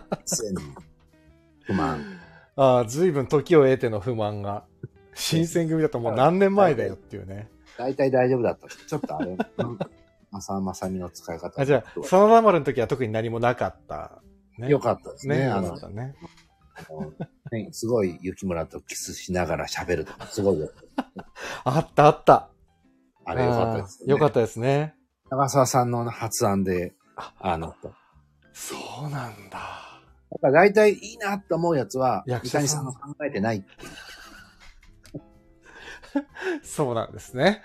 不満。 ああ、随分時を得ての不満が。新選組だともう何年前だよっていうね。 大体大丈夫だった。ちょっとあれ、浅間さみの使い方。 あ、じゃあ、真田丸の時は特に何もなかった。 ね、よかったですね。 よかったね。 すごい雪村とキスしながら喋るとか、すごいよ。 あったあった。 あれよかったですね。よかったですね。 長澤さんの発案で、 そうなんだ。 だから大体いいなって思うやつは、三谷さんが考えてないっていう。 そうなんですね。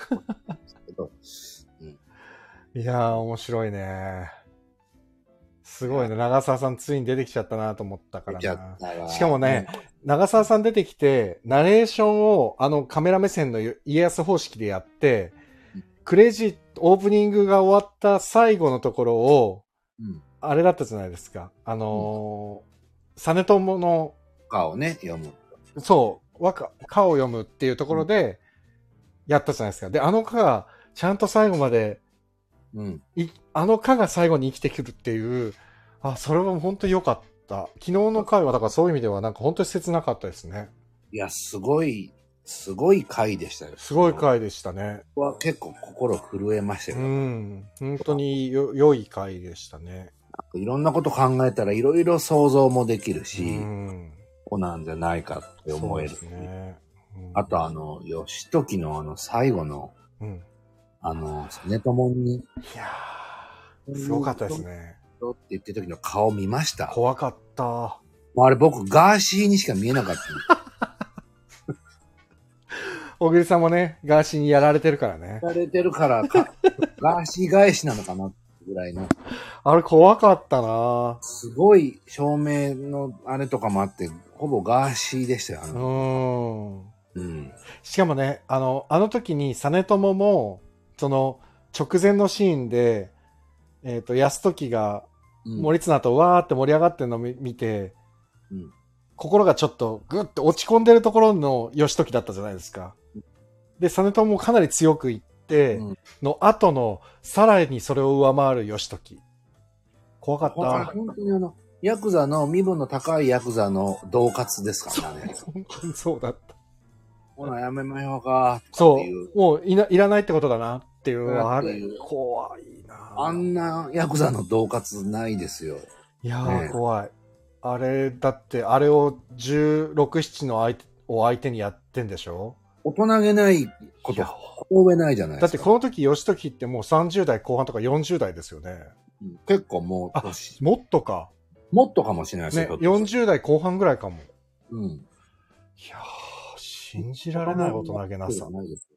いやー、面白いね。すごいね。長澤さんついに出てきちゃったなと思ったからな。しかもね、長澤さん出てきて、ナレーションをカメラ目線の家康方式でやって、クレジット、オープニングが終わった最後のところを、あれだったじゃないですか。実朝の、 歌をね、読む。 そう、歌を読むっていうところで、やったじゃないですか。で、あの歌が、ちゃんと最後まで、あの歌が最後に生きてくるっていう、それは本当に良かった。昨日の回は、だからそういう意味では、なんか本当に切なかったですね。 いや、すごい回でしたよ。 すごい回でしたね。 は結構心震えましたよ。 本当に良い回でしたね。 いろんなこと考えたらいろいろ想像もできるし、こうなんじゃないかって思える。そうですね。あと義時の最後の、実朝に。いやー、すごかったですね。 って言ってる時の顔見ました。 怖かった。 あれ僕、ガーシーにしか見えなかった。 小栗さんもね、ガーシーにやられてるからね。 やられてるからガーシー返しなのかなってぐらいの。 あれ怖かったな。 すごい照明のあれとかもあって、ほぼガーシーでしたよ。 しかもね、あの時に実朝も、その直前のシーンで、泰時が森綱とわーって盛り上がってるのを見て、心がちょっとグッて落ち込んでるところの義時だったじゃないですか。で、実朝もかなり強く言って、の後のさらにそれを上回る義時。怖かった。 本当にヤクザの、身分の高いヤクザの恫喝ですからね。 本当にそうだった。 ほな、やめましょうか。 そう。もういらないってことだなっていうのはあれ。怖いな。 あんなヤクザの恫喝ないですよ。 いやー、怖い。 あれ、だって、あれを16、7の相手にやってんでしょ？ 大人げないこと、こうないじゃないですか。 だってこの時、義時ってもう30代後半とか40代ですよね。 結構もう、 もっとか。 もっとかもしれないですね。40代後半ぐらいかも。 うん。いやー、信じられない大人げなさ。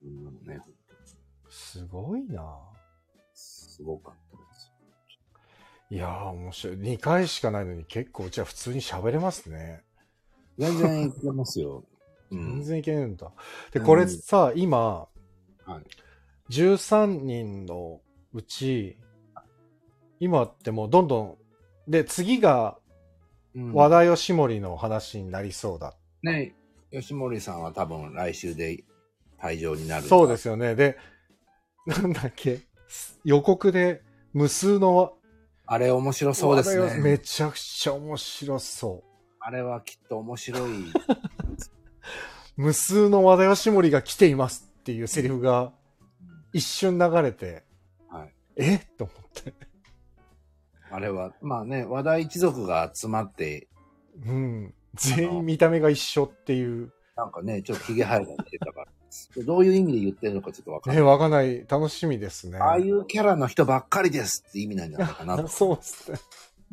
すごいな。 すごかったです。 いやー、面白い。2回しかないのに結構うちは普通に喋れますね。 全然いけますよ。 全然いけねえんだ。で、これさ、今、13人のうち、今ってもうどんどん、で、次が、和田義盛の話になりそうだ。 ね、義盛さんは多分来週で退場になる。 そうですよね。で、なんだっけ、予告で無数の、 あれ面白そうですね。 めちゃくちゃ面白そう。 あれはきっと面白い。 無数の和田義盛が来ていますっていうセリフが一瞬流れて、と思って。 あれは、まあね、和田一族が集まって、 全員見た目が一緒っていう。 なんかね、ちょっとヒゲ生えたりしてたから。どういう意味で言ってるのかちょっとわかんない。 わかんない。楽しみですね。 ああいうキャラの人ばっかりですって意味なんじゃないかなと。 そうですね。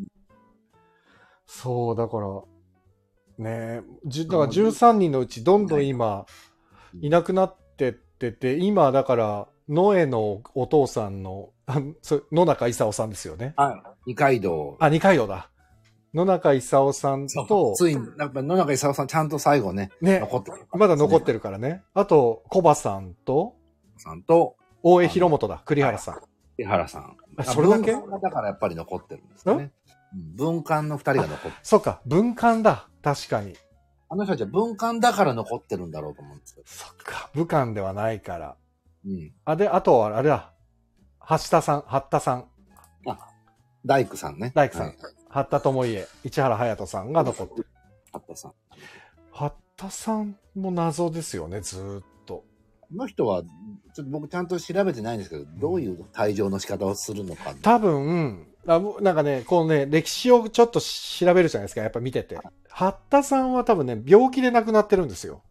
そう、だから、ねだから13人のうちどんどん今、いなくなってってて、今だから、ノエのお父さんの、野中勲さんですよね。 はい。二階堂。 二階堂だ。野中勲さんと、 ついに、やっぱ野中勲さんちゃんと最後ね、 残ってる、まだ残ってるからね。あと、小葉さんと、大江広元だ、栗原さん。 栗原さん。 それだけだからやっぱり残ってるんですよね。文官の二人が残ってる。 そうか、文官だ。確かに。 あの人たちは文官だから残ってるんだろうと思うんですけど。 そっか、武官ではないから。あとはあれだ。八田さん。 大工さんね。 大工さん。八田智家、市原隼人さんが残ってる。八田さんも謎ですよね、ずーっと。 この人は、ちょっと僕ちゃんと調べてないんですけど、どういう退場の仕方をするのか。 多分、なんかね、こうね、歴史をちょっと調べるじゃないですか、やっぱ見てて。八田さんは多分ね、病気で亡くなってるんですよ。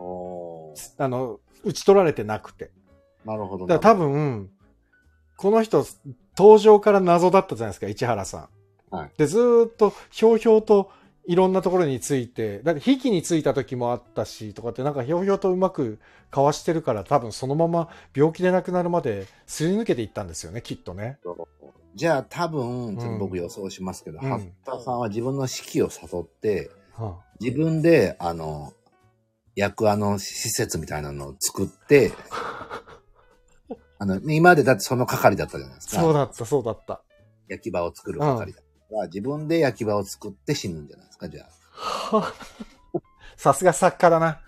打ち取られてなくて。 なるほど。 だから多分、この人、登場から謎だったじゃないですか、市原さん。で、ずーっと、ひょうひょうといろんなところについて、だって、引きについた時もあったし、とかって、なんかひょうひょうとうまくかわしてるから、多分そのまま病気で亡くなるまですり抜けていったんですよね、きっとね。 じゃあ多分、僕予想しますけど、八田さんは自分の死期を誘って、自分で、施設みたいなのを作って、今までだってその係だったじゃないですか。 そうだった。 焼き場を作る係だった。自分で焼き場を作って死ぬんじゃないですか、じゃあ。 さすが作家だな。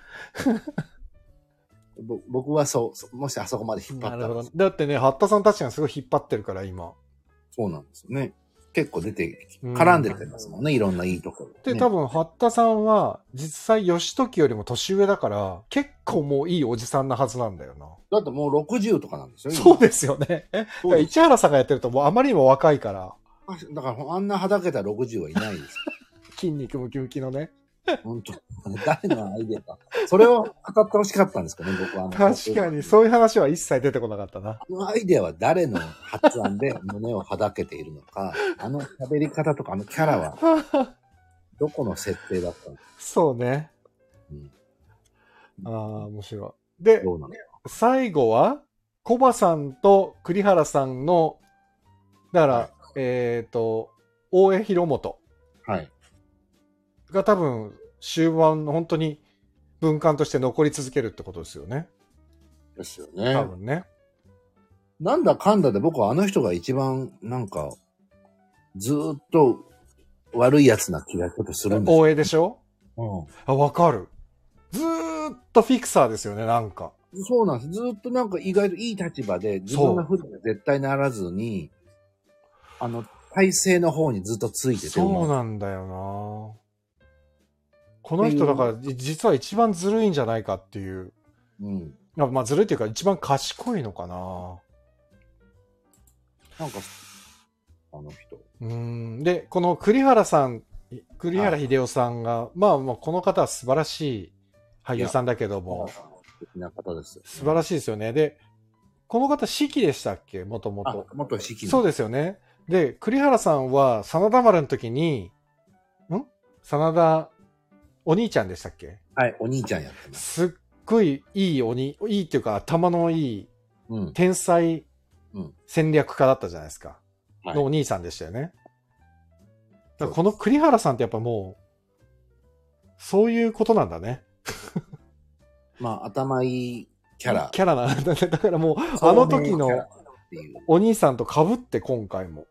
僕はもしあそこまで引っ張ったら。なるほど。 だってね、八田さんたちがすごい引っ張ってるから、今。 そうなんですよね。結構絡んでてますもんね、いろんないいところ、 で、多分、八田さんは、実際、義時よりも年上だから、結構もういいおじさんなはずなんだよな。 だってもう60とかなんですよ、 そうですよね。市原さんがやってると、もうあまりにも若いから。 だから、あんなはだけた60はいないです。 筋肉ムキムキのね。 本当誰のアイデアか。それを語ってほしかったんですかね、僕は。 確かに、そういう話は一切出てこなかったな。 あのアイデアは誰の発案で胸をはだけているのか、喋り方とかキャラは、どこの設定だったのか。 そうね。面白い。で、最後は、コバさんと栗原さんの、だから、大江広元。が多分、終盤、本当に文官として残り続けるってことですよね。 ですよね。 多分ね。 なんだかんだで僕はあの人が一番、なんか、ずーっと悪いやつな気がちょっとするんですよ。 大江でしょ？わかる。ずーっとフィクサーですよね、なんか。 そうなんです。ずーっとなんか意外といい立場で、自分の不利に絶対ならずに、体制の方にずっとついてて。 そうなんだよな。この人だから実は一番ずるいんじゃないかっていう。まあずるいっていうか一番賢いのかな。なんか、あの人。で、この栗原さん栗原秀夫さんが、まあまあこの方は素晴らしい俳優さんだけども、 素敵な方ですよね。 素晴らしいですよね。で、この方、四季でしたっけもともと。 元四季。 そうですよね。で、栗原さんは、真田丸の時に、真田、お兄ちゃんでしたっけ？ はい、お兄ちゃんやってます。 すっごいいいっていうか、頭のいい、天才戦略家だったじゃないですか。のお兄さんでしたよね。だからこの栗原さんってやっぱもう、そういうことなんだね。 まあ、頭いいキャラ。 キャラなんだね。だからもう、あの時のお兄さんと被って今回も。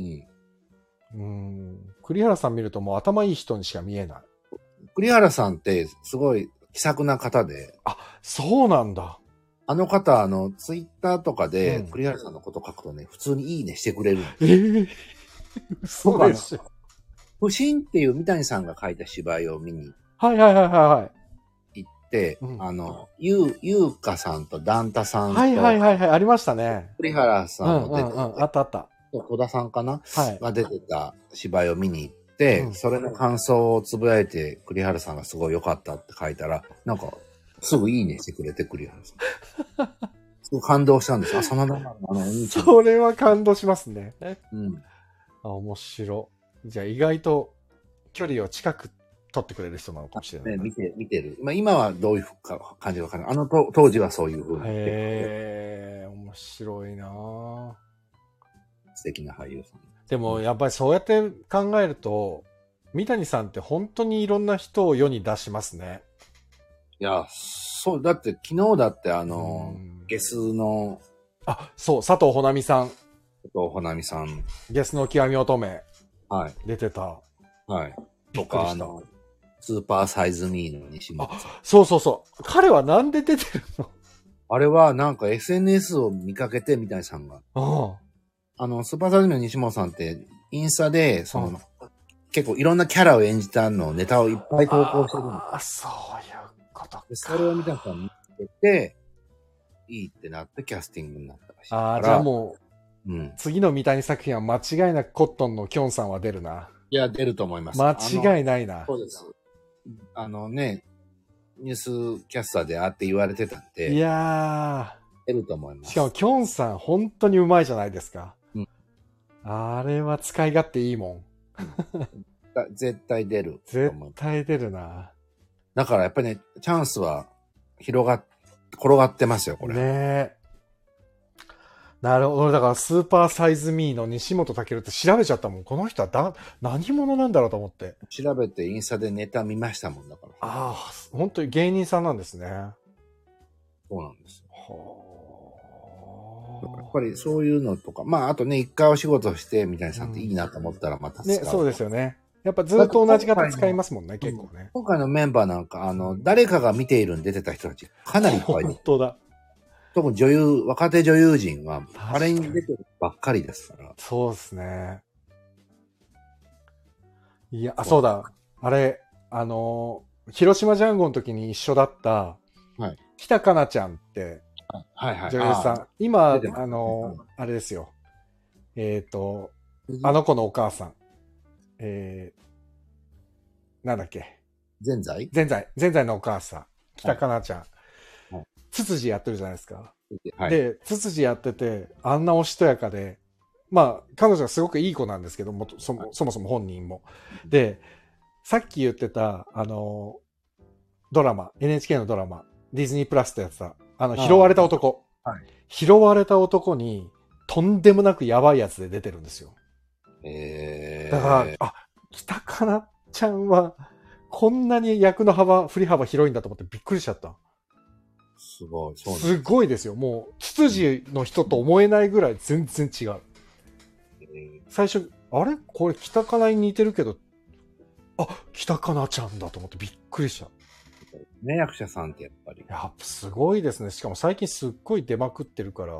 栗原さん見るともう頭いい人にしか見えない。 栗原さんってすごい気さくな方で。 あ、そうなんだ。 あの方、ツイッターとかで栗原さんのこと書くとね、普通にいいねしてくれるんです。そうです。 不審っていう三谷さんが書いた芝居を見に。 はいはいはいはい。 行って、ゆうかさんとダンタさんと。 はいはいはいはい、ありましたね。 栗原さんも出てて。 あったあった。 戸田さんかな、が出てた芝居を見に行って、それの感想をつぶやいて、栗原さんがすごい良かったって書いたら、なんか、すぐいいねしてくれて、栗原さん。すごい感動したんです。真田丸のお兄ちゃん。 それは感動しますね。面白。じゃあ意外と距離を近く取ってくれる人なのかもしれない。 見てる。今はどういう感じかわかんない。当時はそういう風に。 面白いなぁ。 素敵な俳優さん。 でもやっぱりそうやって考えると、三谷さんって本当にいろんな人を世に出しますね。 いや、そう、だって昨日だってゲスの。 そう、佐藤穂波さん。 佐藤穂波さん。 ゲスの極み乙女。 はい。 出てた。 はい。とか、スーパーサイズミーの西本さん。 そうそうそう。彼はなんで出てるの？ あれはなんか SNS を見かけて三谷さんが。スーパーサイズミーの西本さんって、インスタで、結構いろんなキャラを演じたネタをいっぱい投稿してるんです。 そういうことか。 それを三谷さん見てて、いいってなってキャスティングになったらしい。 じゃあもう、次の三谷作品は間違いなくコットンのキョンさんは出るな。 いや、出ると思います。 間違いないな。 そうです。ニュースキャスターでって言われてたんで。 いやー。出ると思います。 しかもキョンさん本当にうまいじゃないですか。あれは使い勝手いいもん。 絶対出る。 絶対出るな。 だからやっぱりね、チャンスは転がってますよ、これ。 ねえ。なるほど。だからスーパーサイズミーの西本健って調べちゃったもん。この人は何者なんだろうと思って。 調べてインスタでネタ見ましたもんだから。 本当に芸人さんなんですね。 そうなんですよ。やっぱりそういうのとか、あとね、一回お仕事してみたいなさんっていいなと思ったらまた使う。 ね、そうですよね。やっぱずっと同じ方使いますもんね、結構ね。 今回のメンバーなんか、誰かが見ているに出てた人たち、かなりいっぱいいる。 本当だ。 特に若手女優陣は、あれに出てるばっかりですから。 そうですね。いや、そうだ。あれ、広島ジャンゴの時に一緒だった、北かなちゃんって、女優さん。今、あれですよ。あの子のお母さん。なんだっけ。 ぜんざいのお母さん。北かなちゃん。つつじやってるじゃないですか。で、つつじやってて、あんなおしとやかで、彼女はすごくいい子なんですけども、そもそも本人も。で、さっき言ってた、ドラマ、NHK のドラマ、ディズニープラスってやつだ。拾われた男。拾われた男に、とんでもなくやばいやつで出てるんですよ。だから、北かなちゃんは、こんなに役の振り幅広いんだと思ってびっくりしちゃった。 すごい。 すごいですよ。もう、ツツジの人と思えないぐらい全然違う。最初、あれこれ北かなに似てるけど、北かなちゃんだと思ってびっくりした。 ね、役者さんってやっぱり。 すごいですね。しかも最近すっごい出まくってるから、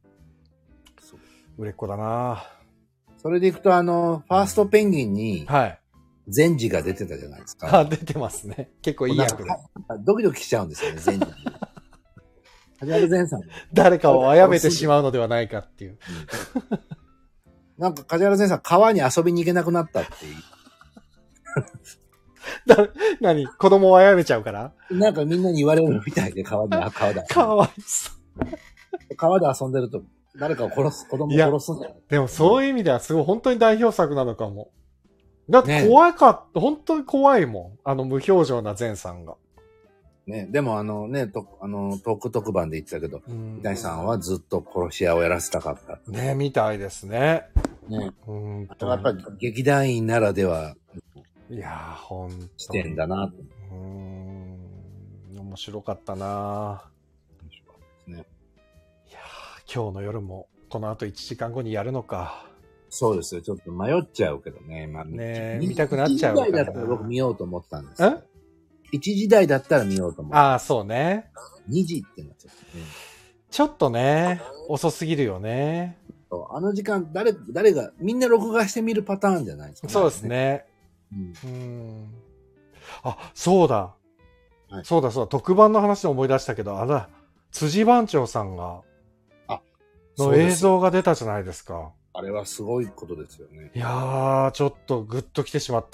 売れっ子だな。 それでいくとファーストペンギンに、善治が出てたじゃないですか。 出てますね。結構いい役で。 ドキドキしちゃうんですよね、善治。梶原善さん。 誰かを殺めてしまうのではないかっていう。 なんか梶原善さん、川に遊びに行けなくなったっていう。 何子供を殺めちゃうから？ なんかみんなに言われるみたいで、川で。 かわいそう。 川で遊んでると、誰かを殺す、子供を殺すんだよ。 でもそういう意味ではすごい本当に代表作なのかも。だって怖かった、本当に怖いもん。無表情な前さんが。 ね、でもトーク特番で言ってたけど、三谷さんはずっと殺し屋をやらせたかった。 ね、みたいですね。 ね。あとやっぱり劇団員ならでは、 いやー、ほんと。 視点だな。 面白かったな。 面白かったですね。 いやー、今日の夜もこの後1時間後にやるのか。 そうですよ。ちょっと迷っちゃうけどね。 ね、見たくなっちゃうからな。 1時台だったら僕見ようと思ってたんですよ。1時台だったら見ようと思って。 ああ、そうね。 2時ってなっちゃってね。 ちょっとね、遅すぎるよね。 あの時間、誰が、みんな録画して見るパターンじゃないですか、ね。 そうですね。あ、そうだ。はい、そうだ。特番の話で思い出したけど、辻番長さんが、の映像が出たじゃないですか。 あれはすごいことですよね。 いやー、ちょっとグッと来てしまった。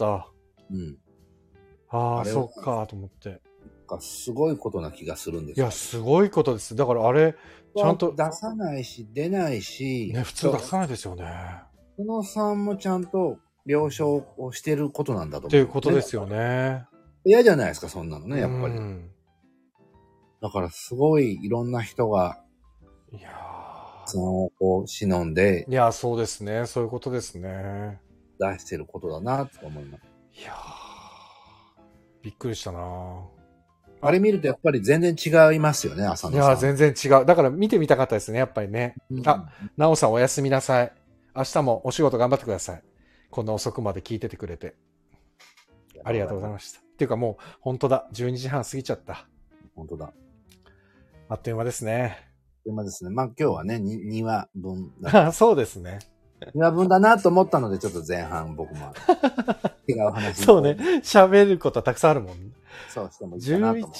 そうか、と思って。 すごいことな気がするんですよ。いや、すごいことです。だからあれ、ちゃんと。 出さないし、出ないし。 ね、普通出さないですよね。 このさんもちゃんと了承をしてることなんだと思う、 っていうことですよね。 嫌じゃないですか、そんなのね、やっぱり。だからすごいいろんな人が、 いやそのを忍んで。 いや、そうですね。そういうことですね。 出してることだな、と思います。 いやびっくりしたな。 あれ見るとやっぱり全然違いますよね、浅野さん。 いや、全然違う。だから見てみたかったですね、やっぱりね。なおさんおやすみなさい。明日もお仕事頑張ってください。こんな遅くまで聞いててくれて。ありがとうございました。っていうかもう、本当だ。12時半過ぎちゃった。 本当だ。 あっという間ですね。 あっという間ですね。まあ今日はね、2話分。 そうですね。 2話分だなと思ったので、ちょっと前半僕も違う話。 そうね。喋ることたくさんあるもんね。 そうしてもいいかなと思って。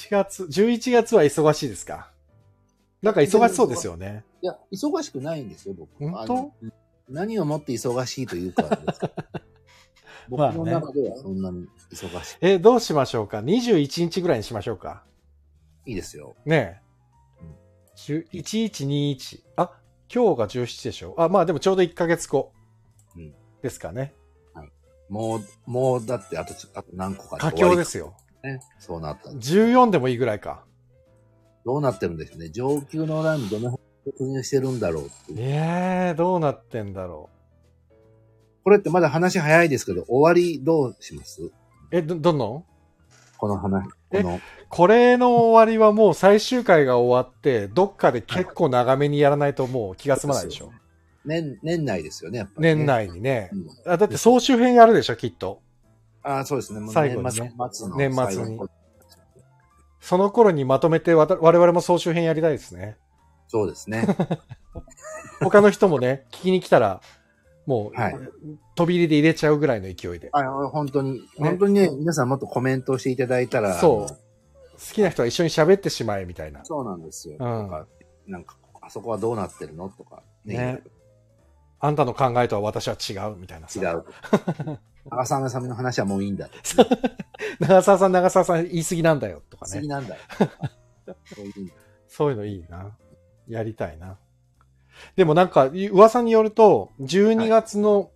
11月は忙しいですか？なんか忙しそうですよね。 いや、忙しくないんですよ、僕。 本当？ 何をもって忙しいというかですか。僕の中ではそんなに忙しい。 どうしましょうか？ 21 日ぐらいにしましょうか？ いいですよ。 ねえ。1121。あ、今日が17でしょ？まあでもちょうど1ヶ月後。ですかね。 はい。もうだってあと何個か佳境ですよ。 ね。そうなった。 14でもいいぐらいか。 どうなってるんですね。上級のラインどの辺突入してるんだろうっていう。どうなってんだろう。 これってまだ話早いですけど、終わりどうします？ どの？ この話。 これの終わりはもう最終回が終わって、どっかで結構長めにやらないともう気が済まないでしょ。 年内ですよね、やっぱり、ね。 年内にね。だって総集編やるでしょ、きっと。 そうですね。 最後にね。年末に。 に。 その頃にまとめて我々も総集編やりたいですね。 そうですね。 他の人もね、聞きに来たら、もう、飛び入りで入れちゃうぐらいの勢いで。 本当にね、皆さんもっとコメントしていただいたら。 そう。好きな人は一緒に喋ってしまえみたいな。 そうなんですよ。なんか、あそこはどうなってるのとか。 ね。あんたの考えとは私は違うみたいな。 違う。長澤まさみの話はもういいんだ。 長澤さん言い過ぎなんだよとかね。 言い過ぎなんだよ。 そういうのいいな。やりたいな。でもなんか噂によると、12月の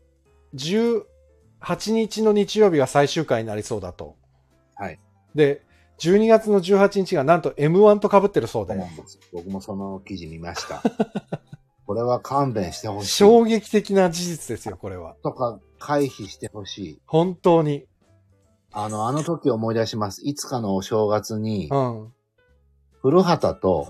18日の日曜日が最終回になりそうだと。 はい。 で、12月の18日がなんと M1 と被ってるそうで。 僕もその記事見ました。これは勘弁してほしい。 衝撃的な事実ですよ、これは。 とか回避してほしい。 本当に。 あの時思い出します。いつかのお正月に、古畑と、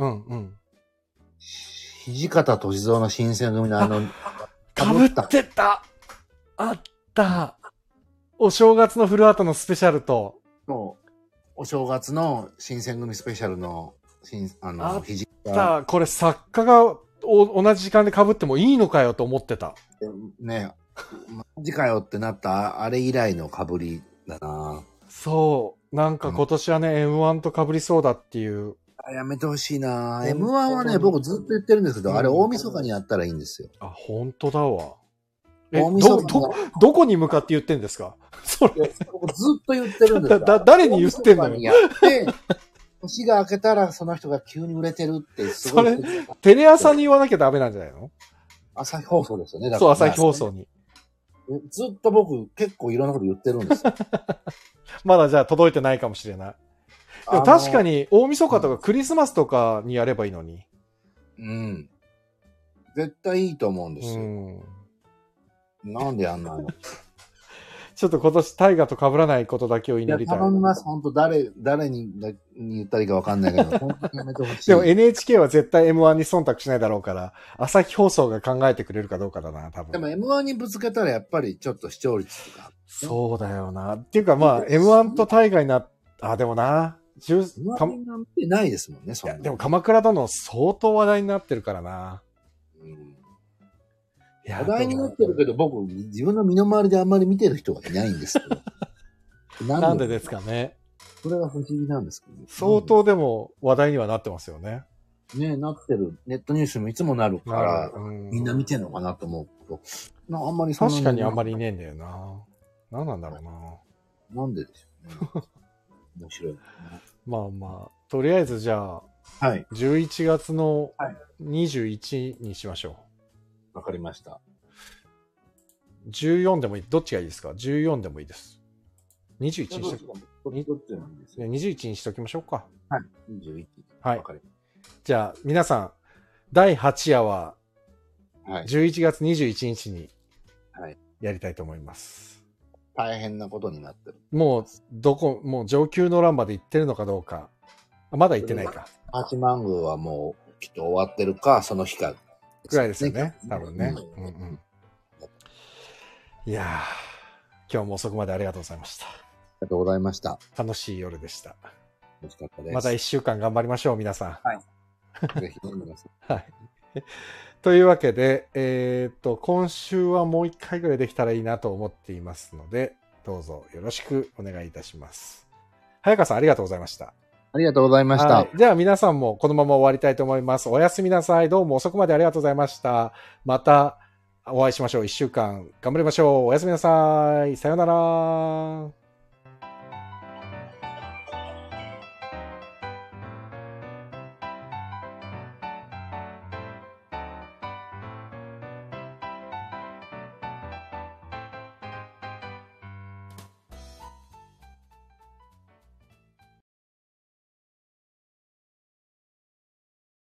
土方歳三の新選組の被ってたあったお正月の古畑のスペシャルと、 お正月の新選組スペシャルの、 土方。これ作家が同じ時間で被ってもいいのかよと思ってた。 ねマジかよってなったあれ以来の被りだな。 そう。なんか今年はね、M1 と被りそうだっていう。 やめてほしいな。M1 はね、僕ずっと言ってるんですけど、あれ大晦日にやったらいいんですよ。 本当だわ。 大晦日のどこに向かって言ってんですか？それ。 僕ずっと言ってるんですよ。 誰に言ってんのよ。 やって年が明けたらその人が急に売れてるってすごい。 それ、テレ朝に言わなきゃダメなんじゃないの？ 朝日放送ですよね。だからそう、朝日放送に。 ずっと僕結構いろんなこと言ってるんですよ。 まだじゃあ届いてないかもしれない。でも確かに大晦日とかクリスマスとかにやればいいのに。 うん。絶対いいと思うんですよ。なんでやんないの？ ちょっと今年大河と被らないことだけを祈りたい。 頼みます。本当誰に言ったらいいか分かんないけど、本当にやめてほしい。 でも NHK は絶対 M1 に忖度しないだろうから、朝日放送が考えてくれるかどうかだな、多分。 でも M1 にぶつけたらやっぱりちょっと視聴率とか。 そうだよな。っていうかまあ、M1 と大河にでもな。 M1 なんてないですもんね、そんな。 いや、でも鎌倉殿相当話題になってるからな。 話題になってるけど、僕、自分の身の回りであんまり見てる人がいないんですけど。 なんでですかね。 それが不思議なんですけど、ね。 相当でも話題にはなってますよね。 ね、なってる。ネットニュースもいつもなるから、みんな見てんのかなと思うと。あんまり確かにあんまりいねえんだよな。何なんだろうな。なんででしょうね。面白い、ね。 まあまあ、とりあえずじゃあ、 はい、 11月の21にしましょう。わかりました。 14でもいい。どっちがいいですか？ 14 でもいいです。21にしときましょう。21にしときましょうか。 はい。21。 はい。じゃあ、皆さん、第8夜は、11月21日にやりたいと思います。 大変なことになってる。 もう上級の欄まで行ってるのかどうか。まだ行ってないか。 八幡宮はもうきっと終わってるか、その日か。 ぐらいですよね。多分ね。いやー、今日も遅くまでありがとうございました。 ありがとうございました。 楽しい夜でした。 楽しかったです。 また1週間頑張りましょう、皆さん。はい。ぜひ、皆さん。はい。というわけで、今週はもう1回ぐらいできたらいいなと思っていますので、どうぞよろしくお願いいたします。早川さん、ありがとうございました。 ありがとうございました。 じゃあ皆さんもこのまま終わりたいと思います。おやすみなさい。どうも遅くまでありがとうございました。またお会いしましょう。1週間頑張りましょう。おやすみなさい。さようなら。